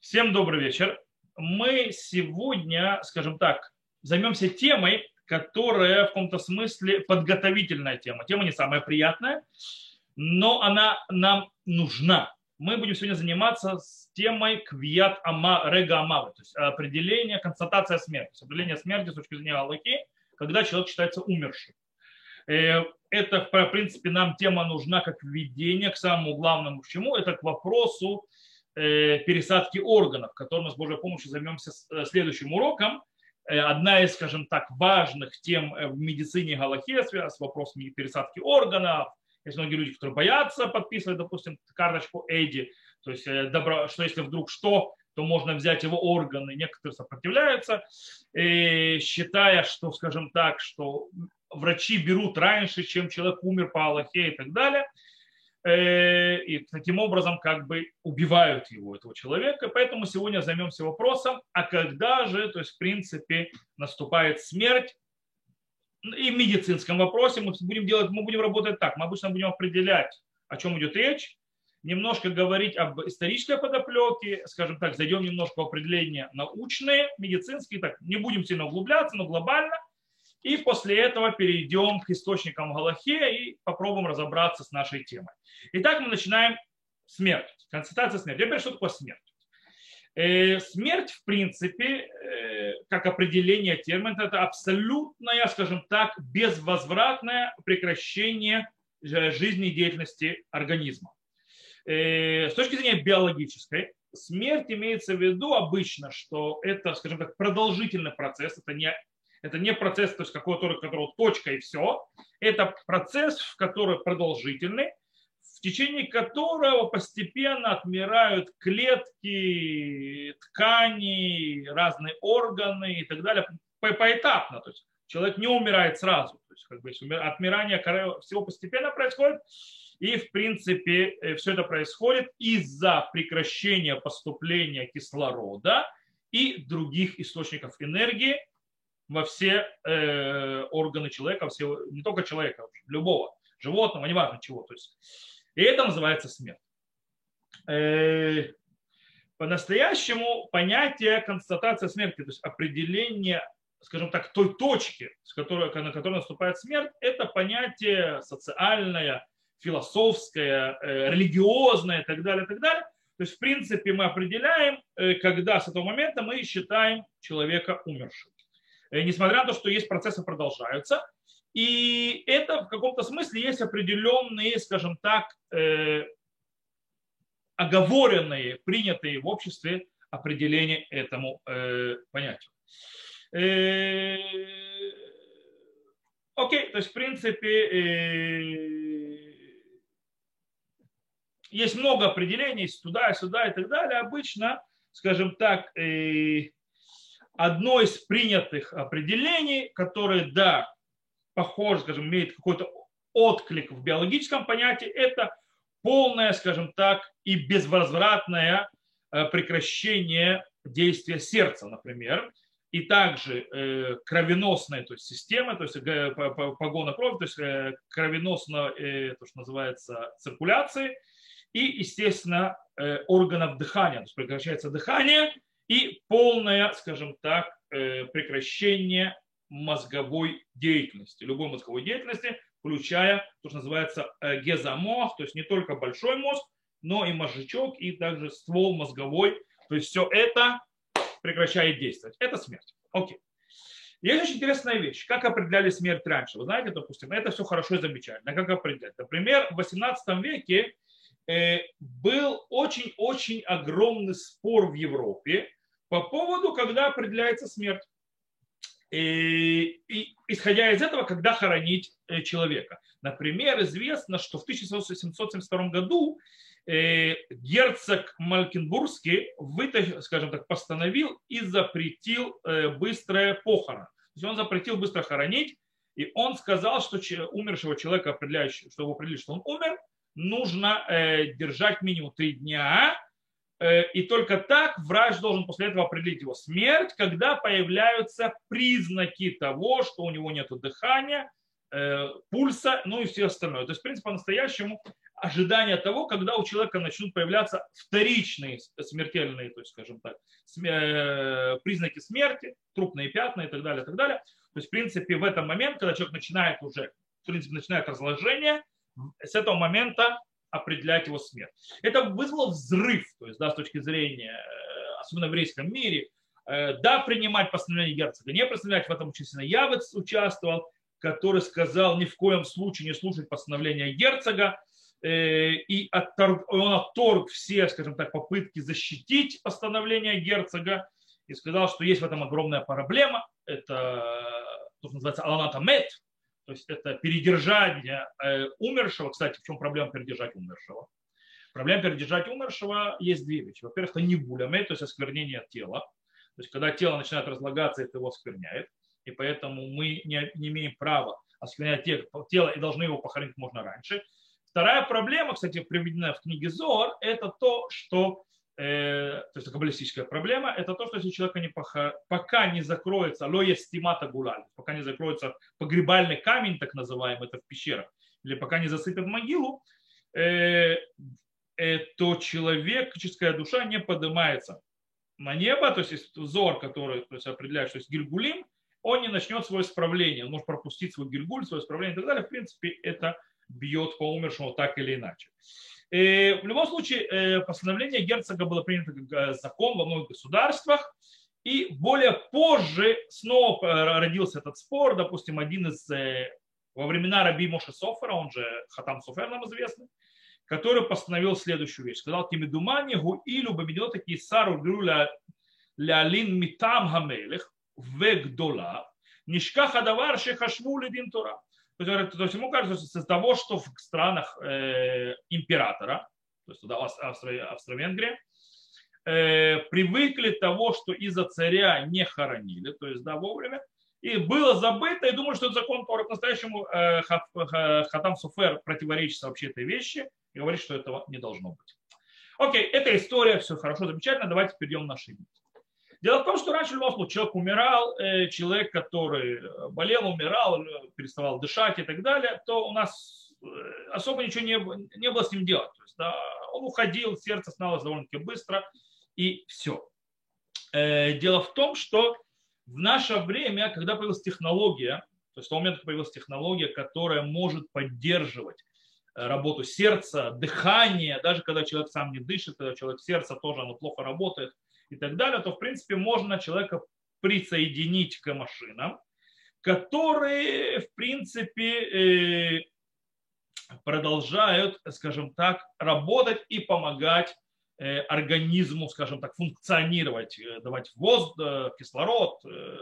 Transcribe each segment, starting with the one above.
Всем добрый вечер. Мы сегодня, скажем так, займемся темой, которая в каком-то смысле подготовительная тема. Тема не самая приятная, но она нам нужна. Мы будем сегодня заниматься с темой квият рега амавы, то есть определение, констатация смерти. Определение смерти с точки зрения Аллахи, когда человек считается умершим. Это, в принципе, нам тема нужна как введение к самому главному к чему. Это к вопросу пересадки органов, которым мы с Божьей помощью займемся следующим уроком. Одна из, скажем так, важных тем в медицине галахи с вопросом пересадки органов. Есть многие люди, которые боятся подписывать, допустим, карточку Эйди, то есть, что если вдруг что, то можно взять его органы. Некоторые сопротивляются, считая, что, скажем так, что врачи берут раньше, чем человек умер по Аллахе и так далее. И таким образом как бы убивают его, этого человека. Поэтому сегодня займемся вопросом, а когда же, то есть в принципе, наступает смерть. И в медицинском вопросе мы будем работать так. Мы обычно будем определять, о чем идет речь, немножко говорить об исторической подоплеке, скажем так, зайдем немножко в определения научные, медицинские, так, не будем сильно углубляться, но глобально. И после этого перейдем к источникам галахи и попробуем разобраться с нашей темой. Итак, мы начинаем смерть, констатация смерти. Теперь, что такое смерть? Смерть, в принципе, как определение термина, это абсолютное, скажем так, безвозвратное прекращение жизнедеятельности организма. С точки зрения биологической, смерть имеется в виду обычно, что это, скажем так, продолжительный процесс, это не процесс, то есть который точка и все. Это процесс, который продолжительный, в течение которого постепенно отмирают клетки, ткани, разные органы и так далее поэтапно. То есть человек не умирает сразу. То есть как бы отмирание всего постепенно происходит. И в принципе все это происходит из-за прекращения поступления кислорода и других источников энергии во все органы человека, не только человека, любого, животного, неважно чего. То есть, и это называется смерть. По-настоящему понятие констатация смерти, то есть определение, скажем так, той точки, на которой наступает смерть, это понятие социальное, философское, религиозное и так далее, и так далее. То есть, в принципе, мы определяем, когда с этого момента мы считаем человека умершим. Несмотря на то, что есть процессы продолжаются. И это в каком-то смысле есть определенные, скажем так, оговоренные, принятые в обществе определения этому понятию. Окей, то есть в принципе есть много определений туда, сюда и так далее. Обычно, скажем так, одно из принятых определений, которое, да, похоже, скажем, имеет какой-то отклик в биологическом понятии, это полное, скажем так, и безвозвратное прекращение действия сердца, например, и также кровеносная, то есть система, то есть погона крови, то есть кровеносная, то, что называется, циркуляции, и, естественно, органов дыхания, то есть прекращается дыхание, и полное, скажем так, прекращение мозговой деятельности, любой мозговой деятельности, включая то, что называется гезомозг, то есть не только большой мозг, но и мозжечок, и также ствол мозговой. То есть все это прекращает действовать. Это смерть. Окей. Есть очень интересная вещь. Как определяли смерть раньше? Вы знаете, допустим, это все хорошо и замечательно. Как определять? Например, в 18 веке был очень-очень огромный спор в Европе по поводу, когда определяется смерть. И исходя из этого, когда хоронить человека. Например, известно, что в 1772 году герцог Мекленбургский, скажем так, постановил и запретил быстрое похорон. То есть он запретил быстро хоронить, и он сказал, что умершего человека, чтобы определить, что он умер, нужно держать минимум 3 дня, и только так врач должен после этого определить его смерть, когда появляются признаки того, что у него нет дыхания, пульса, ну и все остальное. То есть, в принципе, по-настоящему ожидание того, когда у человека начнут появляться вторичные смертельные, то есть, скажем так, признаки смерти, трупные пятна и так далее, и так далее. То есть, в принципе, в этот момент, когда человек начинает уже, в принципе, начинает разложение, с этого момента определять его смерть. Это вызвало взрыв, то есть, да, с точки зрения, особенно в еврейском мире, да, принимать постановление герцога, не представлять в этом участие. Я участвовал, который сказал ни в коем случае не слушать постановления герцога, и он отторг все, скажем так, попытки защитить постановление герцога и сказал, что есть в этом огромная проблема, это то, что называется аланат амет, то есть это передержание умершего. Кстати, в чем проблема передержать умершего? Проблема передержать умершего есть две вещи. Во-первых, это нибуль амет, то есть осквернение тела. То есть когда тело начинает разлагаться, это его оскверняет. И поэтому мы не имеем права осквернять тело и должны его похоронить можно раньше. Вторая проблема, кстати, приведена в книге Зоар, это то, что, то есть каббалистическая проблема, это то, что если человек пока не закроется, ло естимата гулаль, пока не закроется погребальный камень, так называемый, это в пещерах, или пока не засыпят могилу, то человеческая душа не поднимается на небо, то есть Зоар, который, то есть, определяет, что есть Гильгулим, он не начнет свое исправление, он может пропустить свой Гильгуль, свое исправление и так далее. В принципе, это бьет по умершему так или иначе. И в любом случае, постановление герцога было принято как закон во многих государствах, и более позже снова родился этот спор, допустим, один из, во времена Раби Моше Софера, он же Хатам Софер нам известный, который постановил следующую вещь. Сказал, «Кимидумани гуилю бамидинота кисару груля лялин митам хамелех вегдола нишках адавар шехашву лидин Тора». То есть ему кажется, что из-за того, что в странах императора, то есть туда Австро-Венгрия, привыкли того, что из-за царя не хоронили, то есть да, вовремя, и было забыто, и думаю, что этот закон по-настоящему Хатам Софер противоречит вообще этой вещи и говорит, что этого не должно быть. Окей, эта история, все хорошо, замечательно, давайте перейдем к нашей теме. Дело в том, что раньше в любом случае человек умирал, человек, который болел, умирал, переставал дышать и так далее, то у нас особо ничего не было с ним делать. То есть, да, он уходил, сердце остановилось довольно-таки быстро, и все. Дело в том, что в наше время, когда появилась технология, то есть в тот момент, когда появилась технология, которая может поддерживать работу сердца, дыхание, даже когда человек сам не дышит, когда человек сердце тоже оно плохо работает и так далее, то в принципе можно человека присоединить к машинам, которые в принципе продолжают, скажем так, работать и помогать организму, скажем так, функционировать, давать воздух, кислород,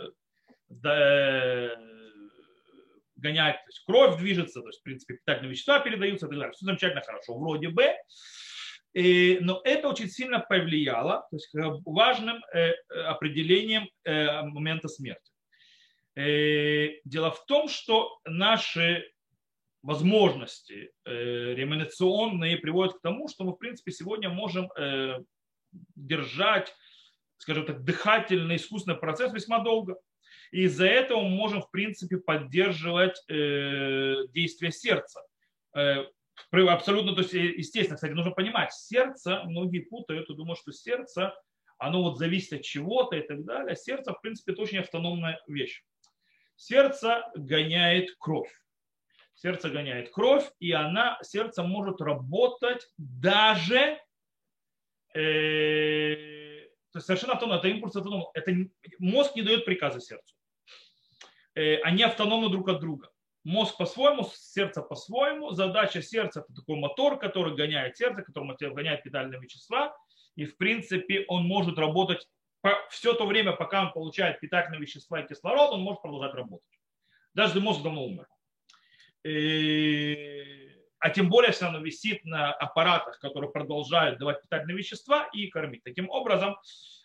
гонять, то есть кровь движется, то есть, в принципе, питательные вещества передаются и так далее. Все замечательно, хорошо, вроде бы. Но это очень сильно повлияло, то есть важным определением момента смерти. Дело в том, что наши возможности реминационные приводят к тому, что мы, в принципе, сегодня можем держать, скажем так, дыхательный искусственный процесс весьма долго. И из-за этого мы можем, в принципе, поддерживать действие сердца. Абсолютно, то есть, естественно, кстати, нужно понимать, сердце, многие путают и думают, что сердце, оно вот зависит от чего-то и так далее. Сердце, в принципе, это очень автономная вещь. Сердце гоняет кровь. Сердце гоняет кровь, и сердце может работать даже, то есть совершенно автономно, это импульс автономно. Мозг не дает приказы сердцу. Они автономны друг от друга. Мозг по-своему, сердце по-своему. Задача сердца – это такой мотор, который гоняет сердце, который гоняет питательные вещества. И, в принципе, он может работать все то время, пока он получает питательные вещества и кислород, он может продолжать работать. Даже если мозг давно умер. А тем более, если оно висит на аппаратах, которые продолжают давать питательные вещества и кормить. Таким образом,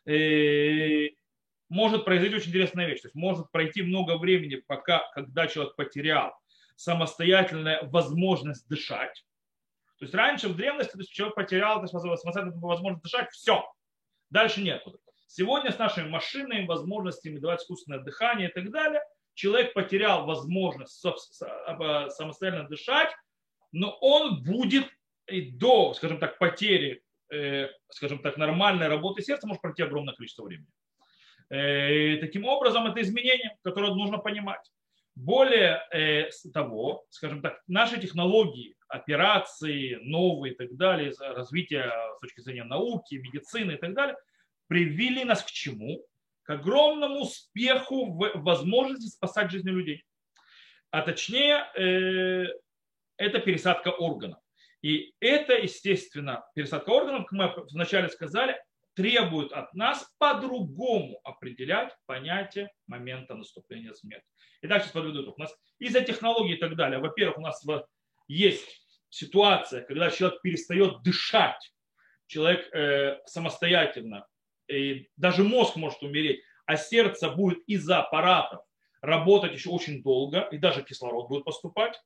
может произойти очень интересная вещь. То есть может пройти много времени, когда человек потерял самостоятельную возможность дышать. То есть раньше в древности человек потерял самостоятельную возможность дышать, все, дальше нет. Сегодня с нашими машинами, возможностями давать искусственное дыхание и так далее, человек потерял возможность самостоятельно дышать, но он будет и до, скажем так, потери, скажем так, нормальной работы сердца может пройти огромное количество времени. Таким образом, это изменение, которое нужно понимать. Более того, скажем так, наши технологии, операции новые и так далее, развитие с точки зрения науки, медицины и так далее, привели нас к чему? К огромному успеху в возможности спасать жизни людей. А точнее, это пересадка органов. И это, естественно, пересадка органов, как мы вначале сказали, требует от нас по-другому определять понятие момента наступления смерти. Итак, сейчас подведу итог. У нас из-за технологий и так далее, во-первых, у нас есть ситуация, когда человек перестает дышать, человек самостоятельно, и даже мозг может умереть, а сердце будет из-за аппаратов работать еще очень долго, и даже кислород будет поступать.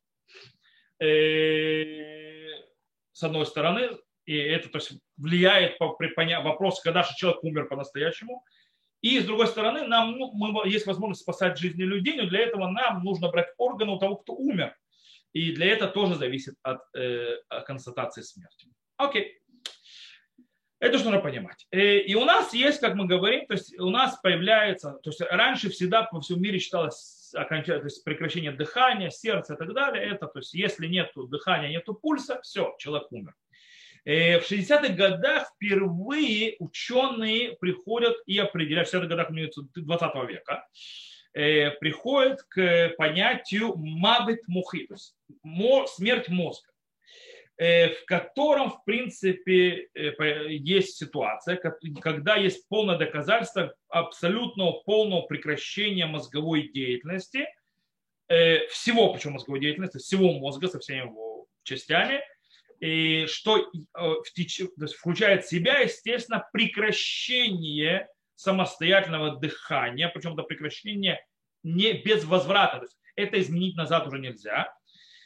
С одной стороны, и это то есть, влияет по вопросу, когда же человек умер по-настоящему. И с другой стороны, нам есть возможность спасать жизни людей, но для этого нам нужно брать органы у того, кто умер. И для этого тоже зависит от констатации смерти. Окей. Это что надо понимать. И у нас есть, как мы говорим, то есть у нас появляется, то есть раньше всегда по всему мире считалось то есть прекращение дыхания, сердца и так далее. Это, то есть если нет дыхания, нет пульса, все, человек умер. В 60-х годах впервые ученые приходят и определяют, в 60-х годах 20 века, приходят к понятию мавет мухи, то есть смерть мозга, в котором, в принципе, есть ситуация, когда есть полное доказательство абсолютного полного прекращения мозговой деятельности, всего, причем мозговой деятельности, всего мозга со всеми его частями, и что включает в себя, естественно, прекращение самостоятельного дыхания, причем это прекращение не без возврата, то есть это изменить назад уже нельзя.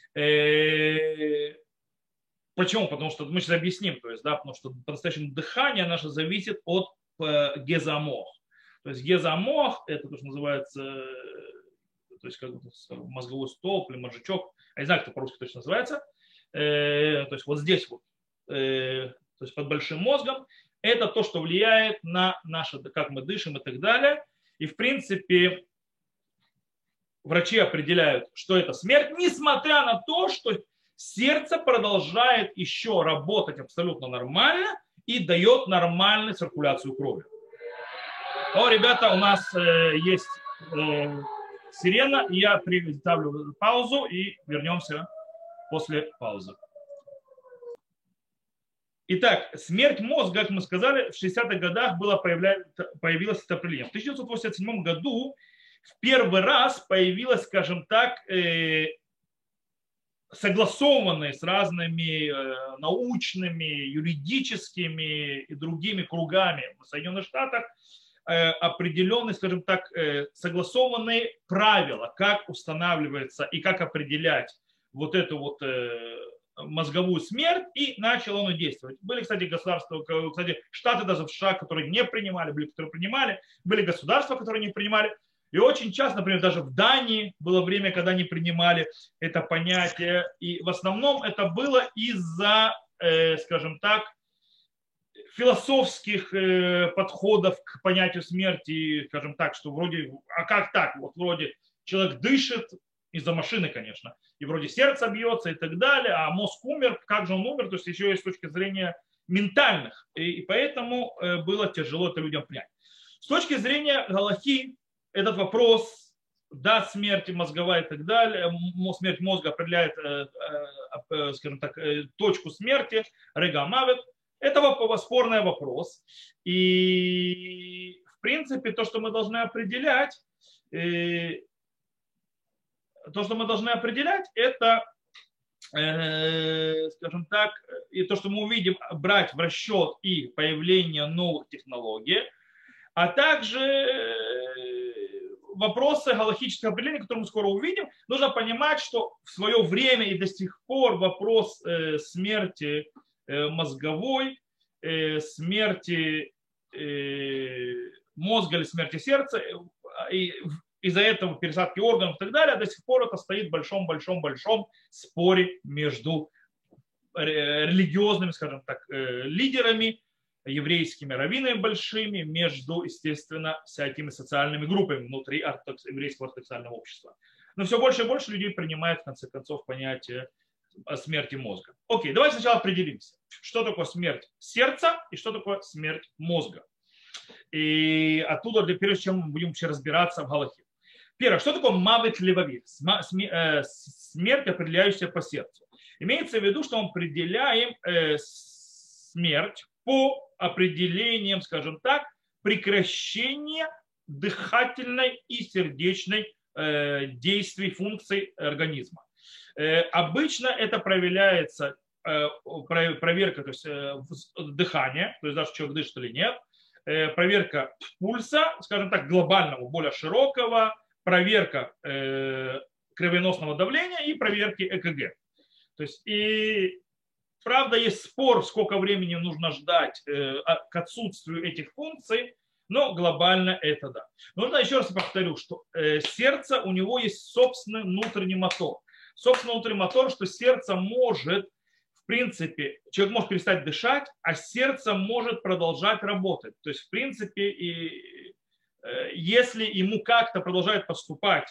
Почему? Потому что мы сейчас объясним, то есть, да, потому что по-настоящему дыхание наше зависит от гезамох. То есть гезамох это то, что называется, то есть как бы мозговой столб или мозжечок, я не знаю, как это по-русски точно называется. То есть вот здесь вот, то есть под большим мозгом, это то, что влияет на наше, как мы дышим и так далее. И в принципе врачи определяют, что это смерть, несмотря на то, что сердце продолжает еще работать абсолютно нормально и дает нормальную циркуляцию крови. О, ребята, у нас есть сирена, и я ставлю паузу и вернемся после паузы. Итак, смерть мозга, как мы сказали, в 60-х годах появилось это определение. В 1987 году в первый раз появилось, скажем так, согласованные с разными научными, юридическими и другими кругами в Соединенных Штатах определенные, скажем так, согласованные правила, как устанавливается и как определять вот эту вот мозговую смерть, и начал он действовать. Были, кстати, государства, кстати, штаты даже в США, которые не принимали, были, которые принимали, были государства, которые не принимали. И очень часто, например, даже в Дании было время, когда не принимали это понятие. И в основном это было из-за, скажем так, философских подходов к понятию смерти, скажем так, что вроде, а как так? Вот вроде человек дышит, из-за машины, конечно, и вроде сердце бьется и так далее, а мозг умер, как же он умер, то есть еще есть с точки зрения ментальных. И поэтому было тяжело это людям принять. С точки зрения галахи, этот вопрос, да, смерть мозговая и так далее, смерть мозга определяет, скажем так, точку смерти, рега мавет, это спорный вопрос. И, в принципе, то, что мы должны определять, это, скажем так, и то, что мы увидим, брать в расчет и появление новых технологий, а также вопросы галахического определения, которые мы скоро увидим. Нужно понимать, что в свое время и до сих пор вопрос смерти мозговой, смерти мозга или смерти сердца, и из-за этого пересадки органов и так далее, до сих пор это стоит в большом-большом-большом споре между религиозными, скажем так, лидерами, еврейскими раввинами большими, между, естественно, всякими социальными группами внутри еврейского ортодоксального общества. Но все больше и больше людей принимают, в конце концов, понятие о смерти мозга. Окей, давайте сначала определимся, что такое смерть сердца и что такое смерть мозга. И оттуда, прежде чем мы будем вообще разбираться в галахе. Первое, что такое мавет левави? Смерть, определяющаяся по сердцу. Имеется в виду, что мы определяем смерть по определениям, скажем так, прекращения дыхательной и сердечной действий, функций организма. Обычно это проявляется проверка, то есть дыхания, то есть даже человек дышит или нет, проверка пульса, скажем так, глобального, более широкого, проверка кровеносного давления и проверки ЭКГ. То есть, и правда есть спор, сколько времени нужно ждать к отсутствию этих функций, но глобально это да. Нужно еще раз повторю, что сердце, у него есть собственный внутренний мотор. Собственный внутренний мотор, что сердце может, в принципе, человек может перестать дышать, а сердце может продолжать работать. То есть, в принципе, и если ему как-то продолжает поступать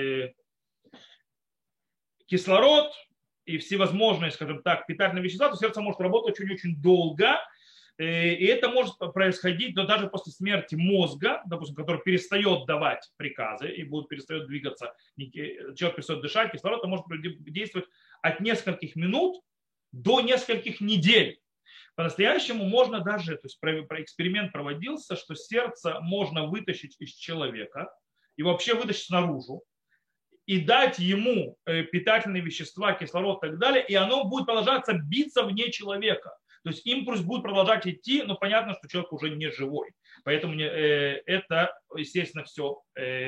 кислород и всевозможные, скажем так, питательные вещества, то сердце может работать очень-очень долго. И это может происходить, но даже после смерти мозга, допустим, который перестает давать приказы и перестает двигаться, человек перестает дышать, кислород, это может действовать от нескольких минут до нескольких недель. По-настоящему можно даже, то есть эксперимент проводился, что сердце можно вытащить из человека и вообще вытащить наружу и дать ему питательные вещества, кислород и так далее, и оно будет продолжаться биться вне человека. То есть импульс будет продолжать идти, но понятно, что человек уже не живой. Поэтому это, естественно, все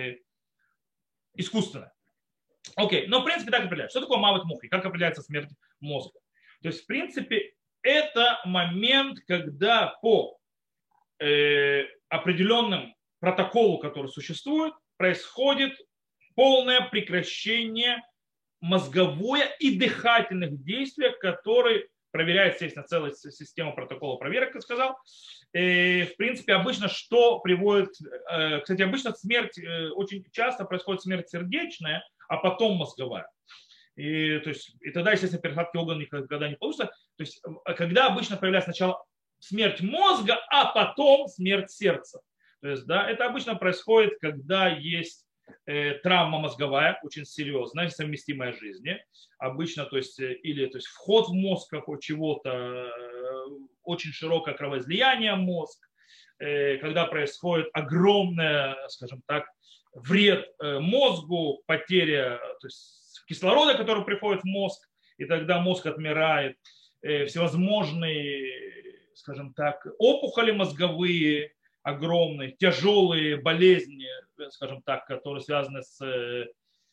искусственно. Окей, но в принципе так определяется. Что такое мавет мухи? Как определяется смерть мозга? То есть в принципе это момент, когда по определенным протоколу, который существует, происходит полное прекращение мозговое и дыхательных действий, которые проверяется, естественно, целая система протокола проверок, как я сказал. В принципе, обычно что приводит... Кстати, обычно смерть, очень часто происходит смерть сердечная, а потом мозговая. И тогда, естественно, пересадки органов никогда не получится. То есть, когда обычно появляется сначала смерть мозга, а потом смерть сердца. То есть, да, это обычно происходит, когда есть травма мозговая, очень серьезная, совместимая с жизнью. Обычно, то есть вход в мозг какого чего-то, очень широкое кровоизлияние в мозг, когда происходит огромное, скажем так, вред мозгу, потеря, то есть кислорода, который приходит в мозг, и тогда мозг отмирает, всевозможные, скажем так, опухоли мозговые, огромные, тяжелые болезни, скажем так, которые связаны с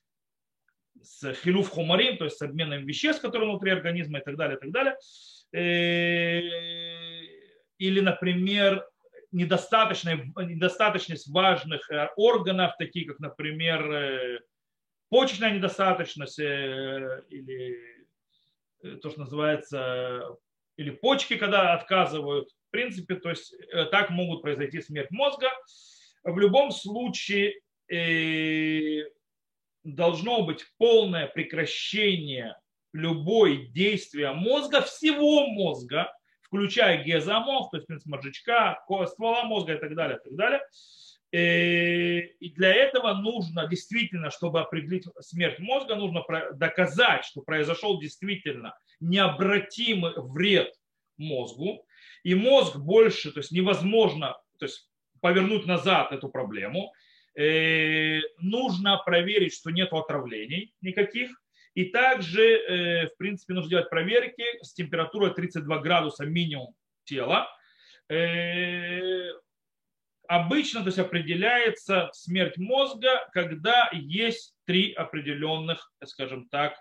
хилуф хумарим, то есть с обменом веществ, которые внутри организма и так далее, и так далее. Или, например, недостаточность важных органов, такие как, например, почечная недостаточность или то, что называется, или почки, когда отказывают. В принципе, то есть так могут произойти смерть мозга. В любом случае должно быть полное прекращение любой действия мозга, всего мозга, включая гезомозг, то есть, в принципе, мозжечка, ствола мозга и так далее, и так далее. И для этого нужно действительно, чтобы определить смерть мозга, нужно доказать, что произошел действительно необратимый вред мозгу, и мозг больше, то есть невозможно, то есть повернуть назад эту проблему. Нужно проверить, что нет отравлений никаких. И также, в принципе, нужно делать проверки с температурой 32 градуса минимум тела. Обычно, то есть, определяется смерть мозга, когда есть три определенных, скажем так,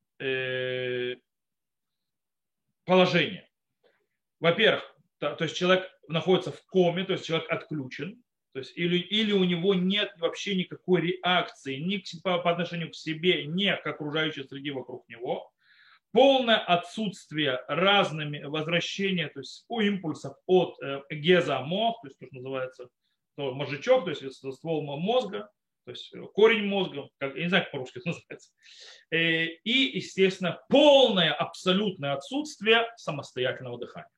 положения. Во-первых, то есть человек находится в коме, то есть человек отключен, то есть или у него нет вообще никакой реакции ни по отношению к себе, ни к окружающей среде вокруг него. полное отсутствие разными возвращения, то есть у импульсов от гезомох, то есть то, что называется мозжечок, то есть ствол мозга, то есть корень мозга, как, я не знаю, как по-русски это называется. И, естественно, полное абсолютное отсутствие самостоятельного дыхания.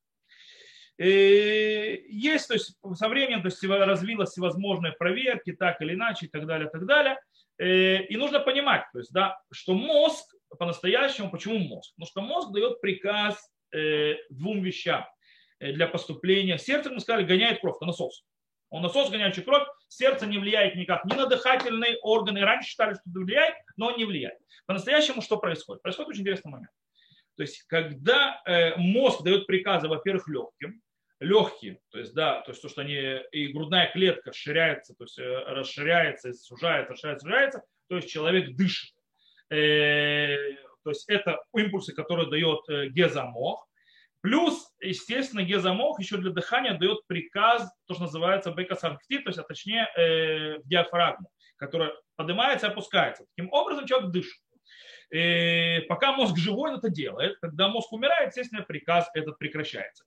Есть, то есть со временем, то есть развилась всевозможные проверки, так или иначе, и так далее, и так далее. И нужно понимать, то есть, да, что мозг по-настоящему, почему мозг? Потому что мозг дает приказ двум вещам для поступления. Сердце, мы сказали, гоняет кровь, это насос. Он насос, гоняющий кровь, сердце не влияет никак ни на дыхательные органы. Раньше считали, что это влияет, но он не влияет. По-настоящему что происходит? Происходит очень интересный момент. То есть, когда мозг дает приказы, во-первых, легким, легкие, то есть, да, то есть то, что они, и грудная клетка расширяется, то есть расширяется, сужается, расширяется, сужается, то есть человек дышит. То есть это импульсы, которые дает гезомох. Плюс, естественно, гезомох еще для дыхания дает приказ, то, что называется бекасанкти, то есть, а точнее в диафрагму, которая поднимается и опускается. Таким образом человек дышит. И пока мозг живой, он это делает. Когда мозг умирает, естественно, приказ этот прекращается.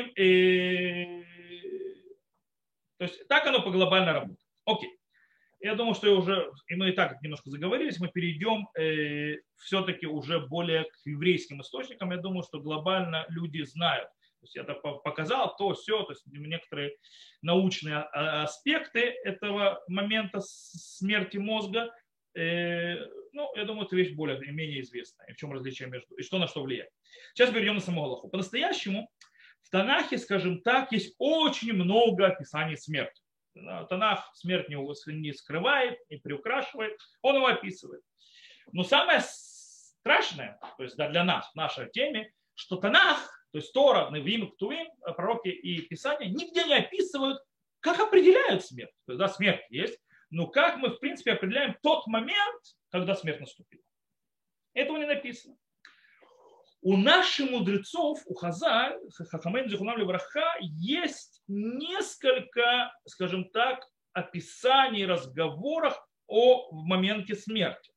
То есть так оно по глобально работает. Окей. Я думаю, что и мы и так немножко заговорились, мы перейдем все-таки уже более к еврейским источникам. Я думаю, что глобально люди знают. То есть я это показал, то, все, то есть некоторые научные аспекты этого момента смерти мозга. Ну, я думаю, это вещь более-менее известная. И в чем различие между, и что на что влияет. Сейчас перейдем на саму Галаху. По-настоящему в Танахе, скажем так, есть очень много описаний смерти. Танах смерть не скрывает, не приукрашивает, он его описывает. Но самое страшное, то есть да, для нас, в нашей теме, что Танах, то есть Тора, Невим, Ктувим, пророки и Писания нигде не описывают, как определяют смерть. То есть да, смерть есть, но как мы, в принципе, определяем тот момент, когда смерть наступила. Этого не написано. У наших мудрецов, у Хазаль, Хахамейн Зихунам Левраха, есть несколько, скажем так, описаний, разговоров о моменте смерти.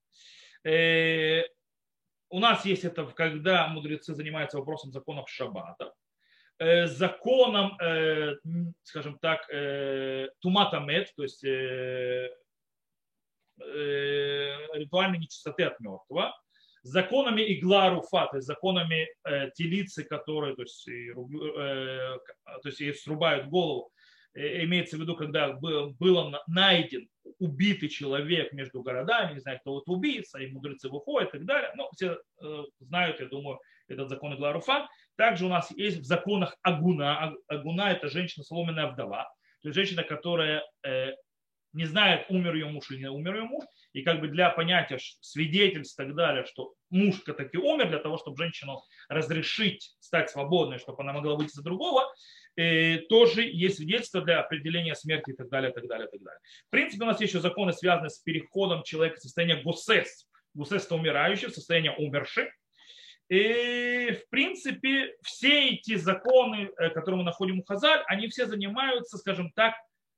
У нас есть это, когда мудрецы занимаются вопросом законов Шаббата, законом, скажем так, Туматамет, то есть ритуальной нечистоты от мертвого, законами игла руфа, то есть законами телицы, которые то есть ей срубают голову, имеется в виду, когда был найден убитый человек между городами, не знаю, кто вот убийца, и мудрецы выходят и так далее. Но все знают, я думаю, этот закон игла руфа. Также у нас есть в законах агуна. Агуна – это женщина, соломенная вдова, то есть женщина, которая не знает, умер ее муж или не умер ее муж, и как бы для понятия свидетельств и так далее, что муж таки умер, для того, чтобы женщину разрешить стать свободной, чтобы она могла выйти за другого, тоже есть свидетельство для определения смерти и так далее, и так далее, и так далее. В принципе, у нас есть еще законы, связанные с переходом человека в состояние гусес. Гусес – это умирающий, в состояние умерший. И, в принципе, все эти законы, которые мы находим у Хазаль, они все занимаются, скажем так,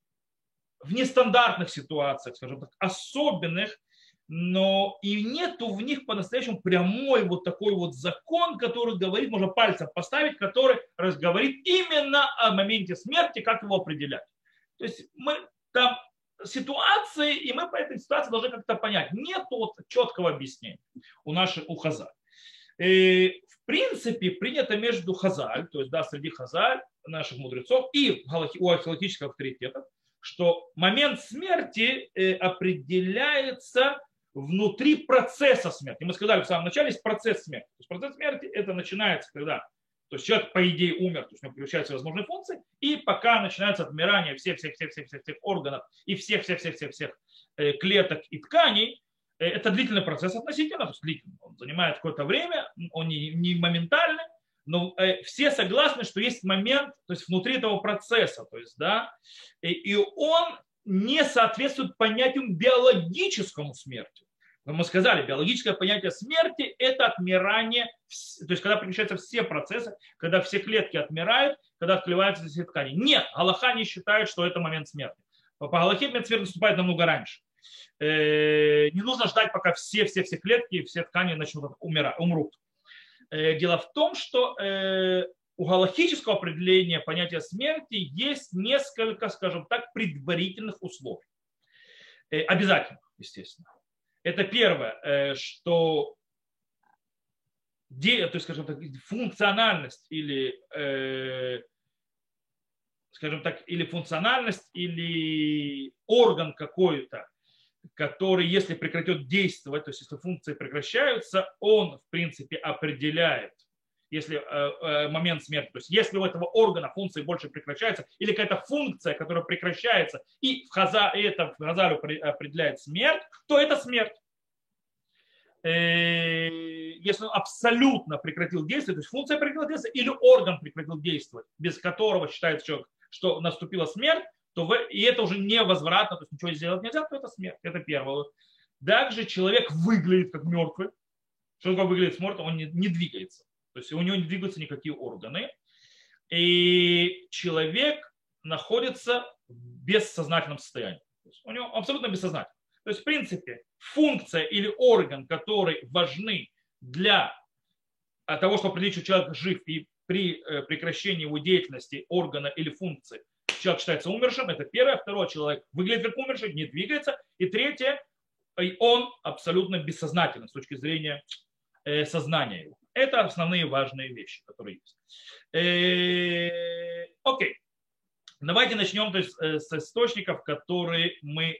в нестандартных ситуациях, скажем так, особенных, но и нету в них по-настоящему прямой вот такой вот закон, который говорит, можно пальцем поставить, который говорит именно о моменте смерти, как его определять. То есть мы там ситуации, и мы по этой ситуации должны как-то понять. Нет вот четкого объяснения у Хазаль. И, в принципе, принято между Хазаль, то есть да, среди Хазаль, наших мудрецов и у галахических авторитетов, что момент смерти определяется внутри процесса смерти. Мы сказали в самом начале, есть процесс смерти. То есть процесс смерти это начинается, когда то есть человек, по идее, умер, то есть у него превращаются возможные функции, и пока начинается отмирание всех органов и всех клеток и тканей, это длительный процесс относительно, то есть длительный. Он занимает какое-то время, он не моментальный, но все согласны, что есть момент, то есть внутри этого процесса, то есть, да, и он не соответствует понятию биологическому смерти. Но мы сказали, биологическое понятие смерти – это отмирание, то есть когда прекращаются все процессы, когда все клетки отмирают, когда отклеваются все ткани. Нет, Галаха не считает, что это момент смерти. По Галахе момент смерти наступает намного раньше. Не нужно ждать, пока все клетки и все ткани начнут умрут. Дело в том, что у галахического определения понятия смерти есть несколько, скажем так, предварительных условий. Обязательных, естественно. Это первое, что то есть, скажем так, функциональность или, скажем так, или функциональность, или орган какой-то, который, если прекратит действовать, то есть если функции прекращаются, он, в принципе, определяет, если момент смерти, то есть если у этого органа функции больше прекращаются, или какая-то функция, которая прекращается, и это в Хазалю определяет смерть, то это смерть. Если он абсолютно прекратил действовать, то есть функция прекратила действовать, или орган прекратил действовать, без которого считается человек, что наступила смерть, и это уже невозвратно, то есть ничего сделать нельзя, то это смерть. Это первое. Также человек выглядит как мертвый. Что такое выглядит мертвым? Он не двигается. То есть у него не двигаются никакие органы. И человек находится в бессознательном состоянии. То есть у него абсолютно бессознательно. То есть, в принципе, функция или орган, которые важны для того, чтобы определить, что человек жив, и при прекращении его деятельности, органа или функции, человек считается умершим. Это первое. Второе, человек выглядит как умерший, не двигается. И третье, он абсолютно бессознателен с точки зрения сознания его. Это основные важные вещи, которые есть. Окей. Давайте начнем то есть, с источников, которые мы...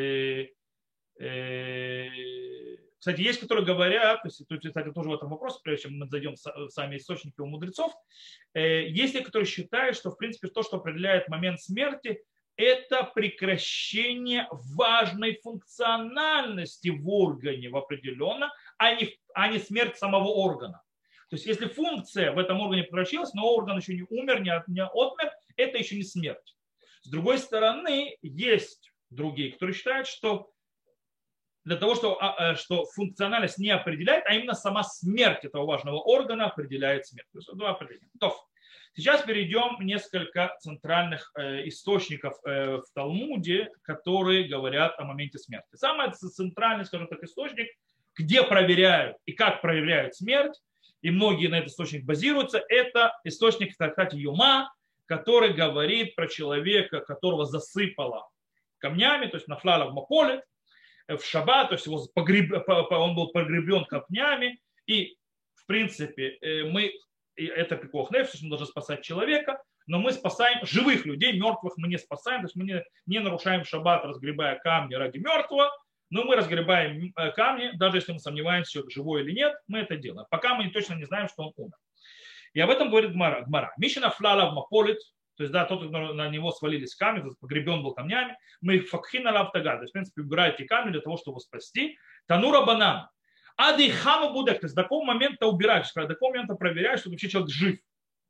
Кстати, есть, которые говорят, то есть, тут, кстати, тоже в этом вопросе, прежде чем мы зайдем в сами источники у мудрецов, есть те, которые считают, что, в принципе, то, что определяет момент смерти, это прекращение важной функциональности в органе в определенно, а не смерть самого органа. То есть, если функция в этом органе превратилась, но орган еще не умер, не отмер, это еще не смерть. С другой стороны, есть другие, которые считают, что для того, что функциональность не определяет, а именно сама смерть этого важного органа определяет смерть. То есть два определения. Сейчас перейдем к несколько центральных источников в Талмуде, которые говорят о моменте смерти. Самый центральный, скажем так, источник, где проверяют и как проверяют смерть, и многие на этот источник базируются, это источник Трактат Юма, который говорит про человека, которого засыпало камнями, то есть нафлала в Маполет, в шаббат, то есть он был погребен камнями, и в принципе это пикох нефиш, мы должны спасать человека, но мы спасаем живых людей, мертвых мы не спасаем, то есть мы не нарушаем шаббат, разгребая камни ради мертвого, но мы разгребаем камни, даже если мы сомневаемся, что живой или нет, мы это делаем, пока мы точно не знаем, что он умер. И об этом говорит Гмара. Мишина флала в Маполит, то есть, да, тот, кто на него свалились камни, погребен был камнями, мы факхина лавтага, то есть, в принципе, убирают эти камни для того, чтобы его спасти. Танура банан. Ады хама будек, то есть, до какого момента убираешь, до какого момента проверяешь, что вообще человек жив.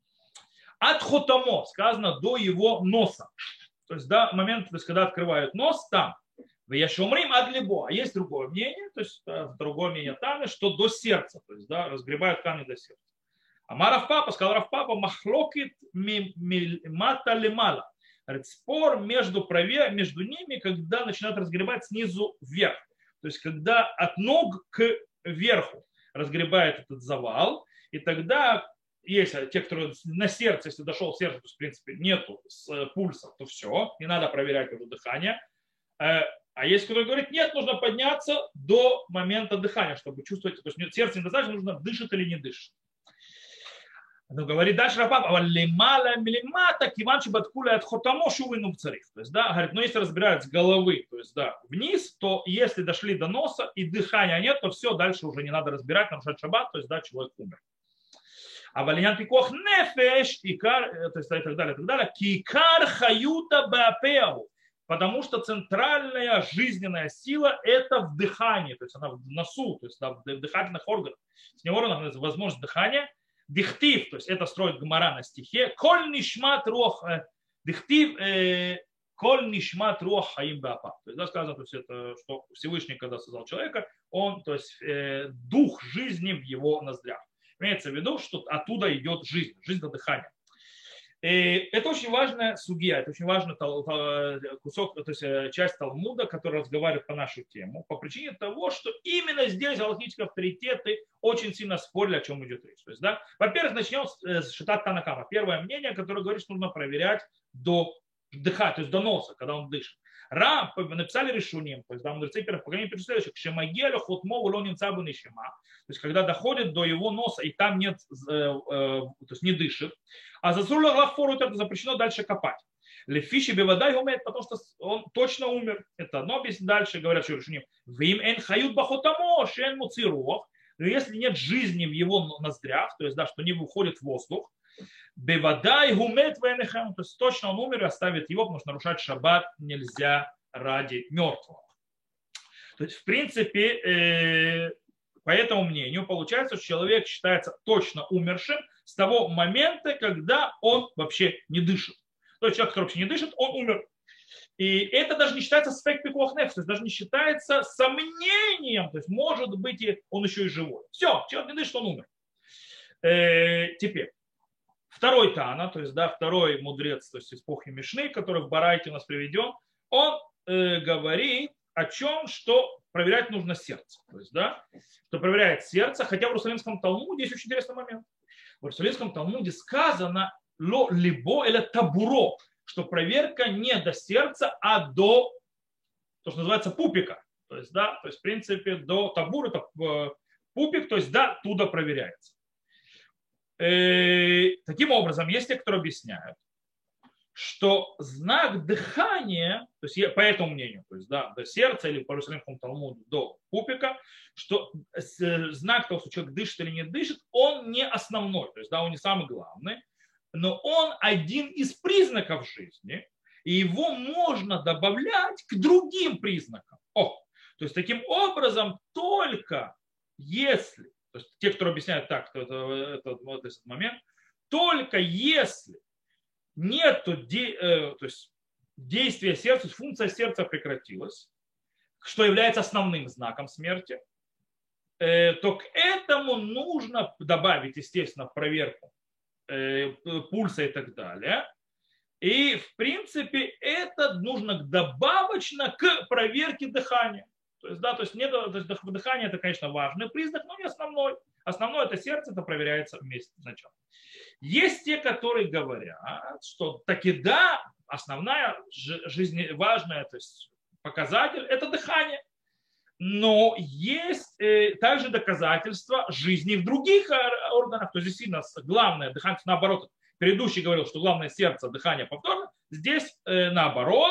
Ад хотамо, сказано, до его носа. То есть, до момента, то есть, когда открывают нос, там. В Яшумрим ад либо. А есть другое мнение, то есть, другое мнение там, что до сердца, то есть, да, разгребают камни до сердца. Амар Раф-Папа, сказал Раф-Папа, махлокит мата лемала. Спор между ними, когда начинают разгребать снизу вверх. То есть, когда от ног к верху разгребает этот завал, и тогда, если те, которые на сердце, если дошел в сердце, то, в принципе, нету пульса, то все, не надо проверять его дыхание. А есть, кто говорит, нет, нужно подняться до момента дыхания, чтобы чувствовать, то есть сердце недостаточно, нужно дышит или не дышит. Но говорит дальше Раф-Папа, милимата, киванчи баткуля от хотамо шувину царих. То есть, да, говорит, но если разбирают с головы, то есть, да, вниз, то если дошли до носа и дыхания нет, то все, дальше уже не надо разбирать, нарушать шаббат, то есть, да, человек умер. А валинян пикох нефеш, икар, то есть, и так далее, кикар хаюта баапеаву. Потому что центральная жизненная сила – это в дыхании, то есть она в носу, то есть да, в дыхательных органах. С него возможность дыхания. Дихтив, то есть это строит Гмара на стихе, коль нишмат рух, дихтив, коль нишмат рух хаим баапа. То есть, да, сказано, то есть это, что Всевышний, когда создал человека, он, то есть дух жизни в его ноздрях. Имеется в виду, что оттуда идет жизнь, жизнь до дыхания. И это очень важная судья, это очень важный кусок, то есть часть Талмуда, который разговаривает по нашу тему, по причине того, что именно здесь галахические авторитеты очень сильно спорили, о чем идет речь. То есть, да, во-первых, начнем с Шитат Танакама. Первое мнение, которое говорит, что нужно проверять до дыха, то есть до носа, когда он дышит. Написали решением, то есть да, мудрецы первых поколений пишут следующее: Шемагелю хотмо улоним цабу нишима. То есть когда доходит до его носа и там нет, то есть не дышит, а за сула главфору это запрещено дальше копать. Лефиши бевадай умеет, потому что он точно умер. Это одно объяснение. Дальше говорят, что решением вим эн хают бахотамо шен муцируах. Но если нет жизни в его ноздрях, то есть да, что не выходит воздух, бевадай гумет венехем, то есть точно он умер и оставит его, потому что нарушать шаббат нельзя ради мертвого. То есть в принципе по этому мнению получается, что человек считается точно умершим с того момента, когда он вообще не дышит. То есть человек, который вообще не дышит, он умер. И это даже не считается спек пикуах нефс, то есть даже не считается сомнением, то есть может быть он еще и живой. Все, человек не дышит, он умер. Теперь, второй Тана, то есть да, второй мудрец, то есть из эпохи Мишны, который в Барайте у нас приведен, он говорит о чем, что проверять нужно сердце. То есть, да, что проверяет сердце, хотя в Иерусалимском Талмуде есть очень интересный момент. В Иерусалимском Талмуде сказано ло либо или табуро, что проверка не до сердца, а до, то, что называется, пупика. То есть, да, то есть в принципе до табура, это пупик, то есть да, туда проверяется. Таким образом, есть те, кто объясняют, что знак дыхания, то есть по этому мнению, то есть да, до сердца или по Иерусалимскому Талмуду до пупика, что знак того, что человек дышит или не дышит, он не основной, то есть да, он не самый главный, но он один из признаков жизни, и его можно добавлять к другим признакам. То есть таким образом только если, то есть те, кто объясняют так, что вот этот момент, только если нету то есть действия сердца, функция сердца прекратилась, что является основным знаком смерти, то к этому нужно добавить, естественно, проверку пульса и так далее. И в принципе это нужно добавочно к проверке дыхания. То есть, да, то есть, то есть дыхание это, конечно, важный признак, но не основной. Основное это сердце, это проверяется вместе сначала. Есть те, которые говорят, что таки да, основная важная, то есть показатель это дыхание. Но есть также доказательства жизни в других органах. То есть действительно главное дыхание, наоборот, предыдущий говорил, что главное сердце, дыхание повторно. Здесь наоборот.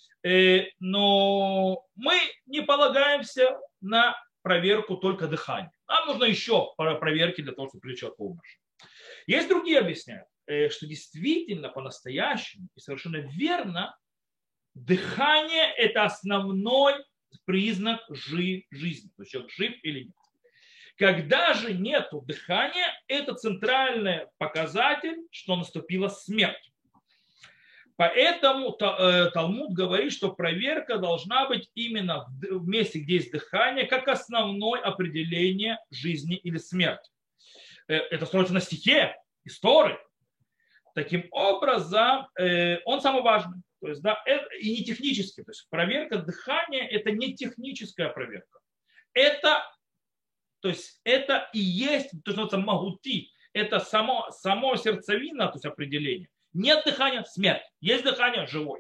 Но мы не полагаемся на проверку только дыхания. Нам нужно еще проверки для того, чтобы человек умер. Есть другие объясняют, что действительно по-настоящему и совершенно верно дыхание – это основной признак жизни. То есть человек жив или нет. Когда же нет дыхания, это центральный показатель, что наступила смерть. Поэтому Талмуд говорит, что проверка должна быть именно в месте, где есть дыхание, как основное определение жизни или смерти. Это строится на стихе, истории. Таким образом, он самый важный. То есть, да, и не технически. То есть проверка дыхания – это не техническая проверка. То есть, это и есть, то, что называется магути, это само сердцевина, то есть определение. Нет дыхания – смерть. Есть дыхание – живой.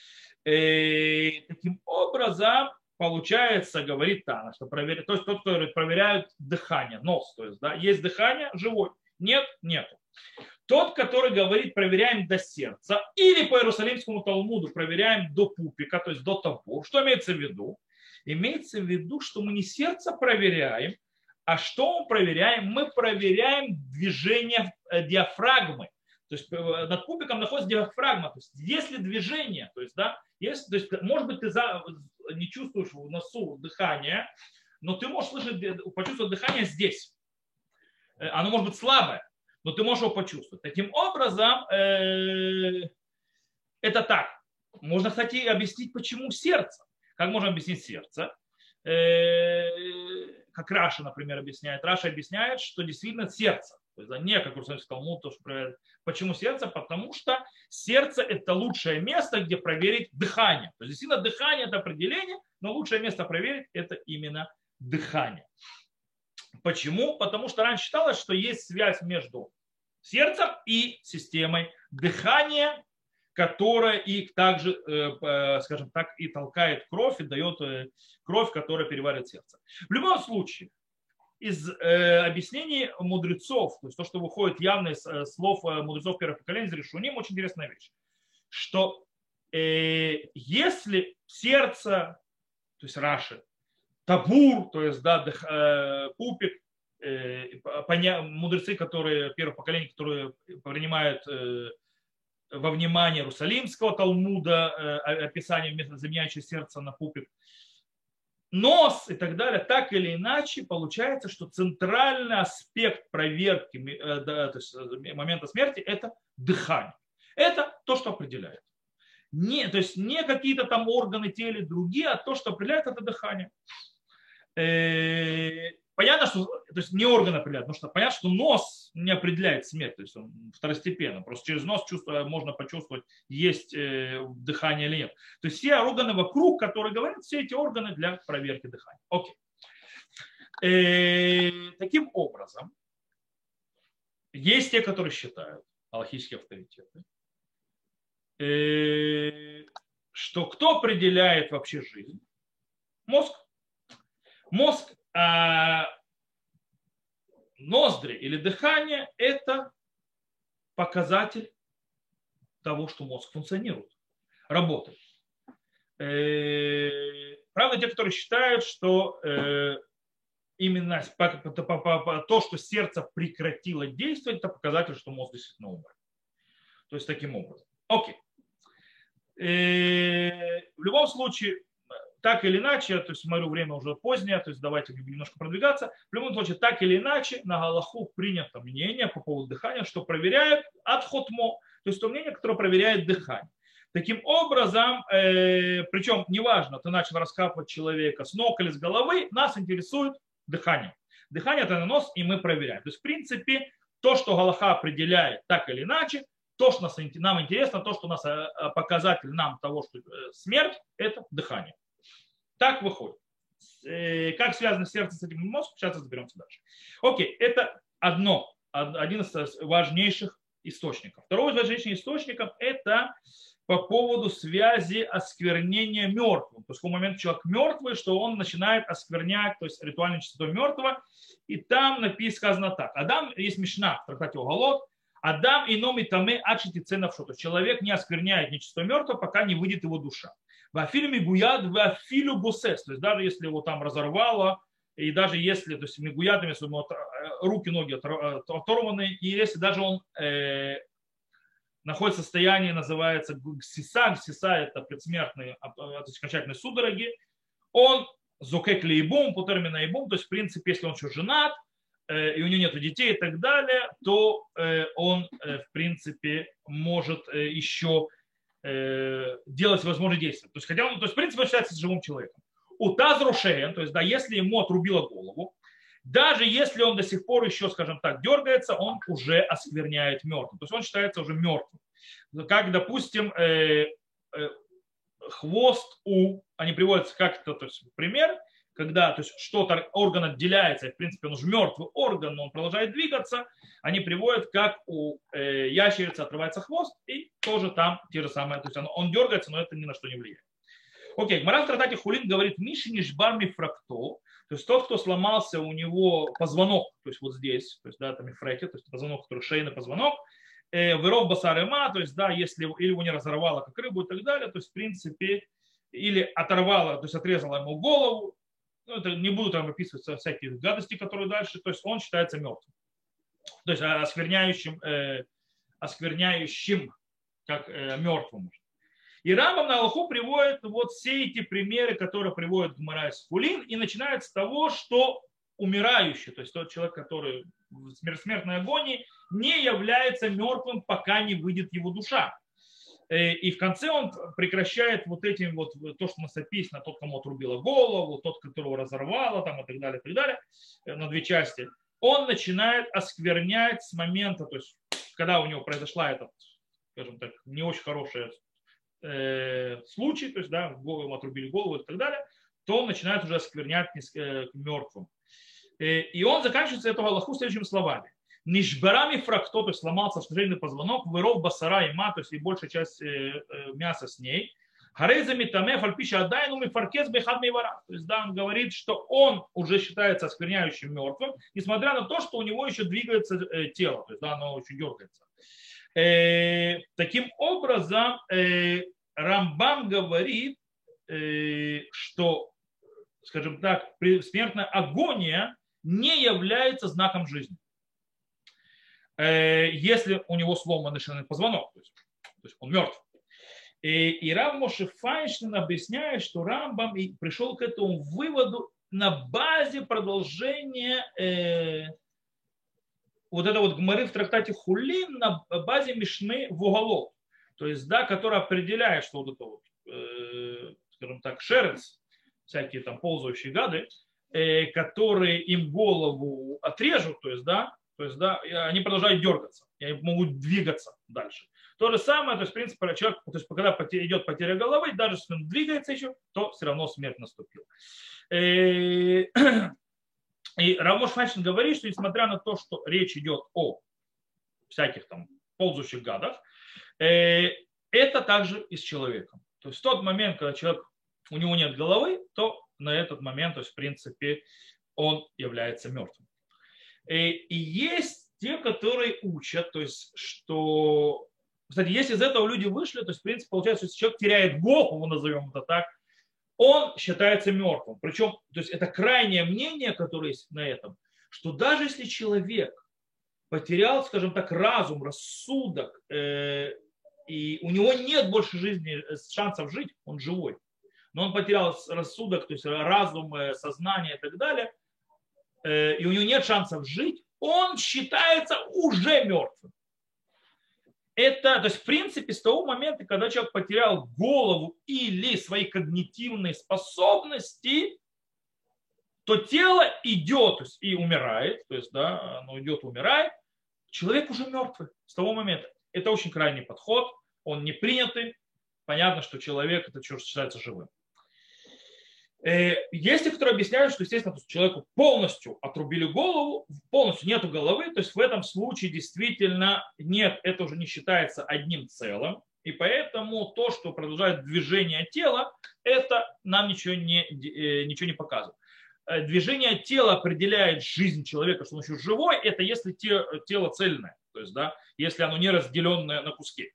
Таким образом, получается, говорит Тана, что проверяют, то есть тот, кто проверяют дыхание, нос, то есть, да, есть дыхание – живой. Нет – нету. Тот, который говорит, проверяем до сердца, или по Иерусалимскому Талмуду проверяем до пупика, то есть до табур. Что имеется в виду? Имеется в виду, что мы не сердце проверяем, а что мы проверяем? Мы проверяем движение диафрагмы. То есть над пупиком находится диафрагма. То есть если движение, то есть, да, если, то есть, может быть, ты не чувствуешь в носу дыхание, но ты можешь почувствовать дыхание здесь. Оно может быть слабое, но ты можешь его почувствовать. Таким образом, это так. Можно, кстати, объяснить, почему сердце. Как можно объяснить сердце? Как Раша, например, объясняет. Раша объясняет, что действительно сердце. То есть, да, не как Иерусалимский Талмуд, то, что проверяет. Почему сердце? Потому что сердце – это лучшее место, где проверить дыхание. То есть, действительно, дыхание – это определение, но лучшее место проверить – это именно дыхание. Почему? Потому что раньше считалось, что есть связь между сердцем и системой дыхания, которая и также, скажем так, и толкает кровь, и дает кровь, которая переваривает сердце. В любом случае, из объяснений мудрецов, то есть то, что выходит явно из слов мудрецов первого поколения, из Решуним, очень интересная вещь, что если сердце, то есть Раши, табур, то есть да, пупик, мудрецы, которые первого поколения, которые принимают во внимание Иерусалимского Талмуда, описание вместо заменяющего сердце на пупик, нос и так далее, так или иначе получается, что центральный аспект проверки то есть момента смерти – это дыхание. Это то, что определяет. То есть не какие-то там органы тела или другие, а то, что определяет, это дыхание. Понятно, что то есть не орган определяет, потому что понятно, что нос не определяет смерть, то есть он второстепенно. Просто через нос можно почувствовать, есть дыхание или нет. То есть все органы вокруг, которые говорят, все эти органы для проверки дыхания. Окей. Таким образом, есть те, которые считают, алахические авторитеты, что кто определяет вообще жизнь? Мозг. Мозг, ноздри или дыхание – это показатель того, что мозг функционирует, работает. Правда, те, которые считают, что именно то, что сердце прекратило действовать, это показатель, что мозг действительно умер. То есть таким образом. Окей. В любом случае, так или иначе, то есть смотрю, время уже позднее, то есть давайте немножко продвигаться. В любом случае, так или иначе, на галаху принято мнение по поводу дыхания, что проверяет отходмо, то есть то мнение, которое проверяет дыхание. Таким образом, причем неважно, ты начал раскапывать человека с ног или с головы, нас интересует дыхание. Дыхание – это на нос, и мы проверяем. То есть, в принципе, то, что галаха определяет так или иначе, то, что нам интересно, то, что у нас показатель нам того, что смерть – это дыхание. Так выходит. Как связано сердце с этим мозгом, сейчас разберемся дальше. Окей, это один из важнейших источников. Второй из важнейших источников – это по поводу связи осквернения мертвым. То есть в момент человек мертвый, что он начинает осквернять, то есть ритуальной чистотой мертвого. И там сказано так. Адам, есть Мишна в трактате Огалот, Адам ином и таме адшити ценавшо. То есть человек не оскверняет нечистой мертвого, пока не выйдет его душа. В фильме Гуяд, в филю бусес, то есть даже если его там разорвало, и даже если, то есть мигуядами, если руки, ноги оторваны, и если даже он находится в состоянии, называется гсиса, это предсмертные, то есть окончательные судороги, он зукек лейбум, по термину лейбум, то есть в принципе, если он еще женат, и у него нет детей и так далее, то он в принципе может еще делать возможные действия. То есть, хотя он, то есть, в принципе, он считается живым человеком. У Тазрушеен, то есть, да, если ему отрубило голову, даже если он до сих пор еще, скажем так, дергается, он уже оскверняет мертвым. То есть он считается уже мертвым. Как, допустим, хвост они приводятся как-то, то есть, пример, когда то есть, что-то, орган отделяется, и, в принципе, он уже мертвый орган, но он продолжает двигаться, они приводят, как у ящерицы отрывается хвост, и тоже там те же самые, то есть он дергается, но это ни на что не влияет. Окей, Гмара в трактате Хулин говорит, Мишиниш барми фракто, то есть тот, кто сломался, у него позвонок, то есть вот здесь, то есть да, там мифреки, то есть позвонок, который шейный позвонок, выров басарема, то есть да, если или его не разорвало, как рыбу и так далее, то есть в принципе, или оторвало, то есть отрезало ему голову, ну, это не буду там описывать всякие гадости, которые дальше, то есть он считается мертвым. То есть оскверняющим как мертвым. И Рамбам на Аллаху приводит вот все эти примеры, которые приводит Гмара из Хулин, и начинает с того, что умирающий, то есть тот человек, который в смертной агонии, не является мертвым, пока не выйдет его душа. И в конце он прекращает вот этим вот, то, что у нас описано, тот, кому отрубило голову, тот, которого разорвало, там, и так далее, на две части. он начинает осквернять с момента, то есть когда у него произошла эта, скажем так, не очень хорошая случай, то есть, да, ему отрубили голову и так далее, то он начинает уже осквернять к мертвым. И он заканчивается эту галаху следующими словами. Нишбарами фракто, то есть сломался шейный позвонок, выров басара и ма, то есть и большая часть мяса с ней. Харейзами таме фальпиша адайну мифаркез бехад мейвара. То есть, да, он говорит, что он уже считается оскверняющим мертвым, несмотря на то, что у него еще двигается тело, то есть, да, оно очень дергается. Таким образом, Рамбам говорит, что, скажем так, смертная агония не является знаком жизни. Если у него сломан шейный позвонок, то есть он мертв. И Рав Моше Файнштейн объясняет, что Рамбам пришел к этому выводу на базе продолжения вот это вот гмары в трактате Хулин на базе Мишны в уголок. То есть, да, который определяет, что вот это вот, скажем так, шерец, всякие там ползающие гады, которые им голову отрежут, то есть, да, они продолжают дергаться, и они могут двигаться дальше. То же самое, то есть, в принципе, человек, то есть, когда идет потеря головы, даже если он двигается еще, то все равно смерть наступила. И Рав Моше Файнштейн говорит, что несмотря на то, что речь идет о всяких там ползающих гадах, это также и с человеком. То есть в тот момент, когда человек, у него нет головы, то на этот момент, то есть в принципе, он является мертвым. И есть те, которые учат, то есть что, кстати, если из этого люди вышли, то есть в принципе получается, что если человек теряет голову, назовем это так, он считается мертвым. Причем, то есть это крайнее мнение, которое есть на этом, что даже если человек потерял, скажем так, разум, рассудок, и у него нет больше жизни, шансов жить, он живой. Но он потерял рассудок, то есть разум, сознание и так далее, и у него нет шансов жить, он считается уже мертвым. Это, то есть, в принципе, с того момента, когда человек потерял голову или свои когнитивные способности, то тело идет, то есть, и умирает, то есть, да, оно идет, умирает, человек уже мертвый с того момента. Это очень крайний подход, он не принятый. Понятно, что человек это считается живым. Есть те, которые объясняют, что, естественно, человеку полностью отрубили голову, полностью нету головы, то есть в этом случае действительно нет, это уже не считается одним целым, и поэтому то, что продолжает движение тела, это нам ничего не показывает. Движение тела определяет жизнь человека, что он еще живой, это если тело цельное, то есть, да, если оно не разделенное на куски.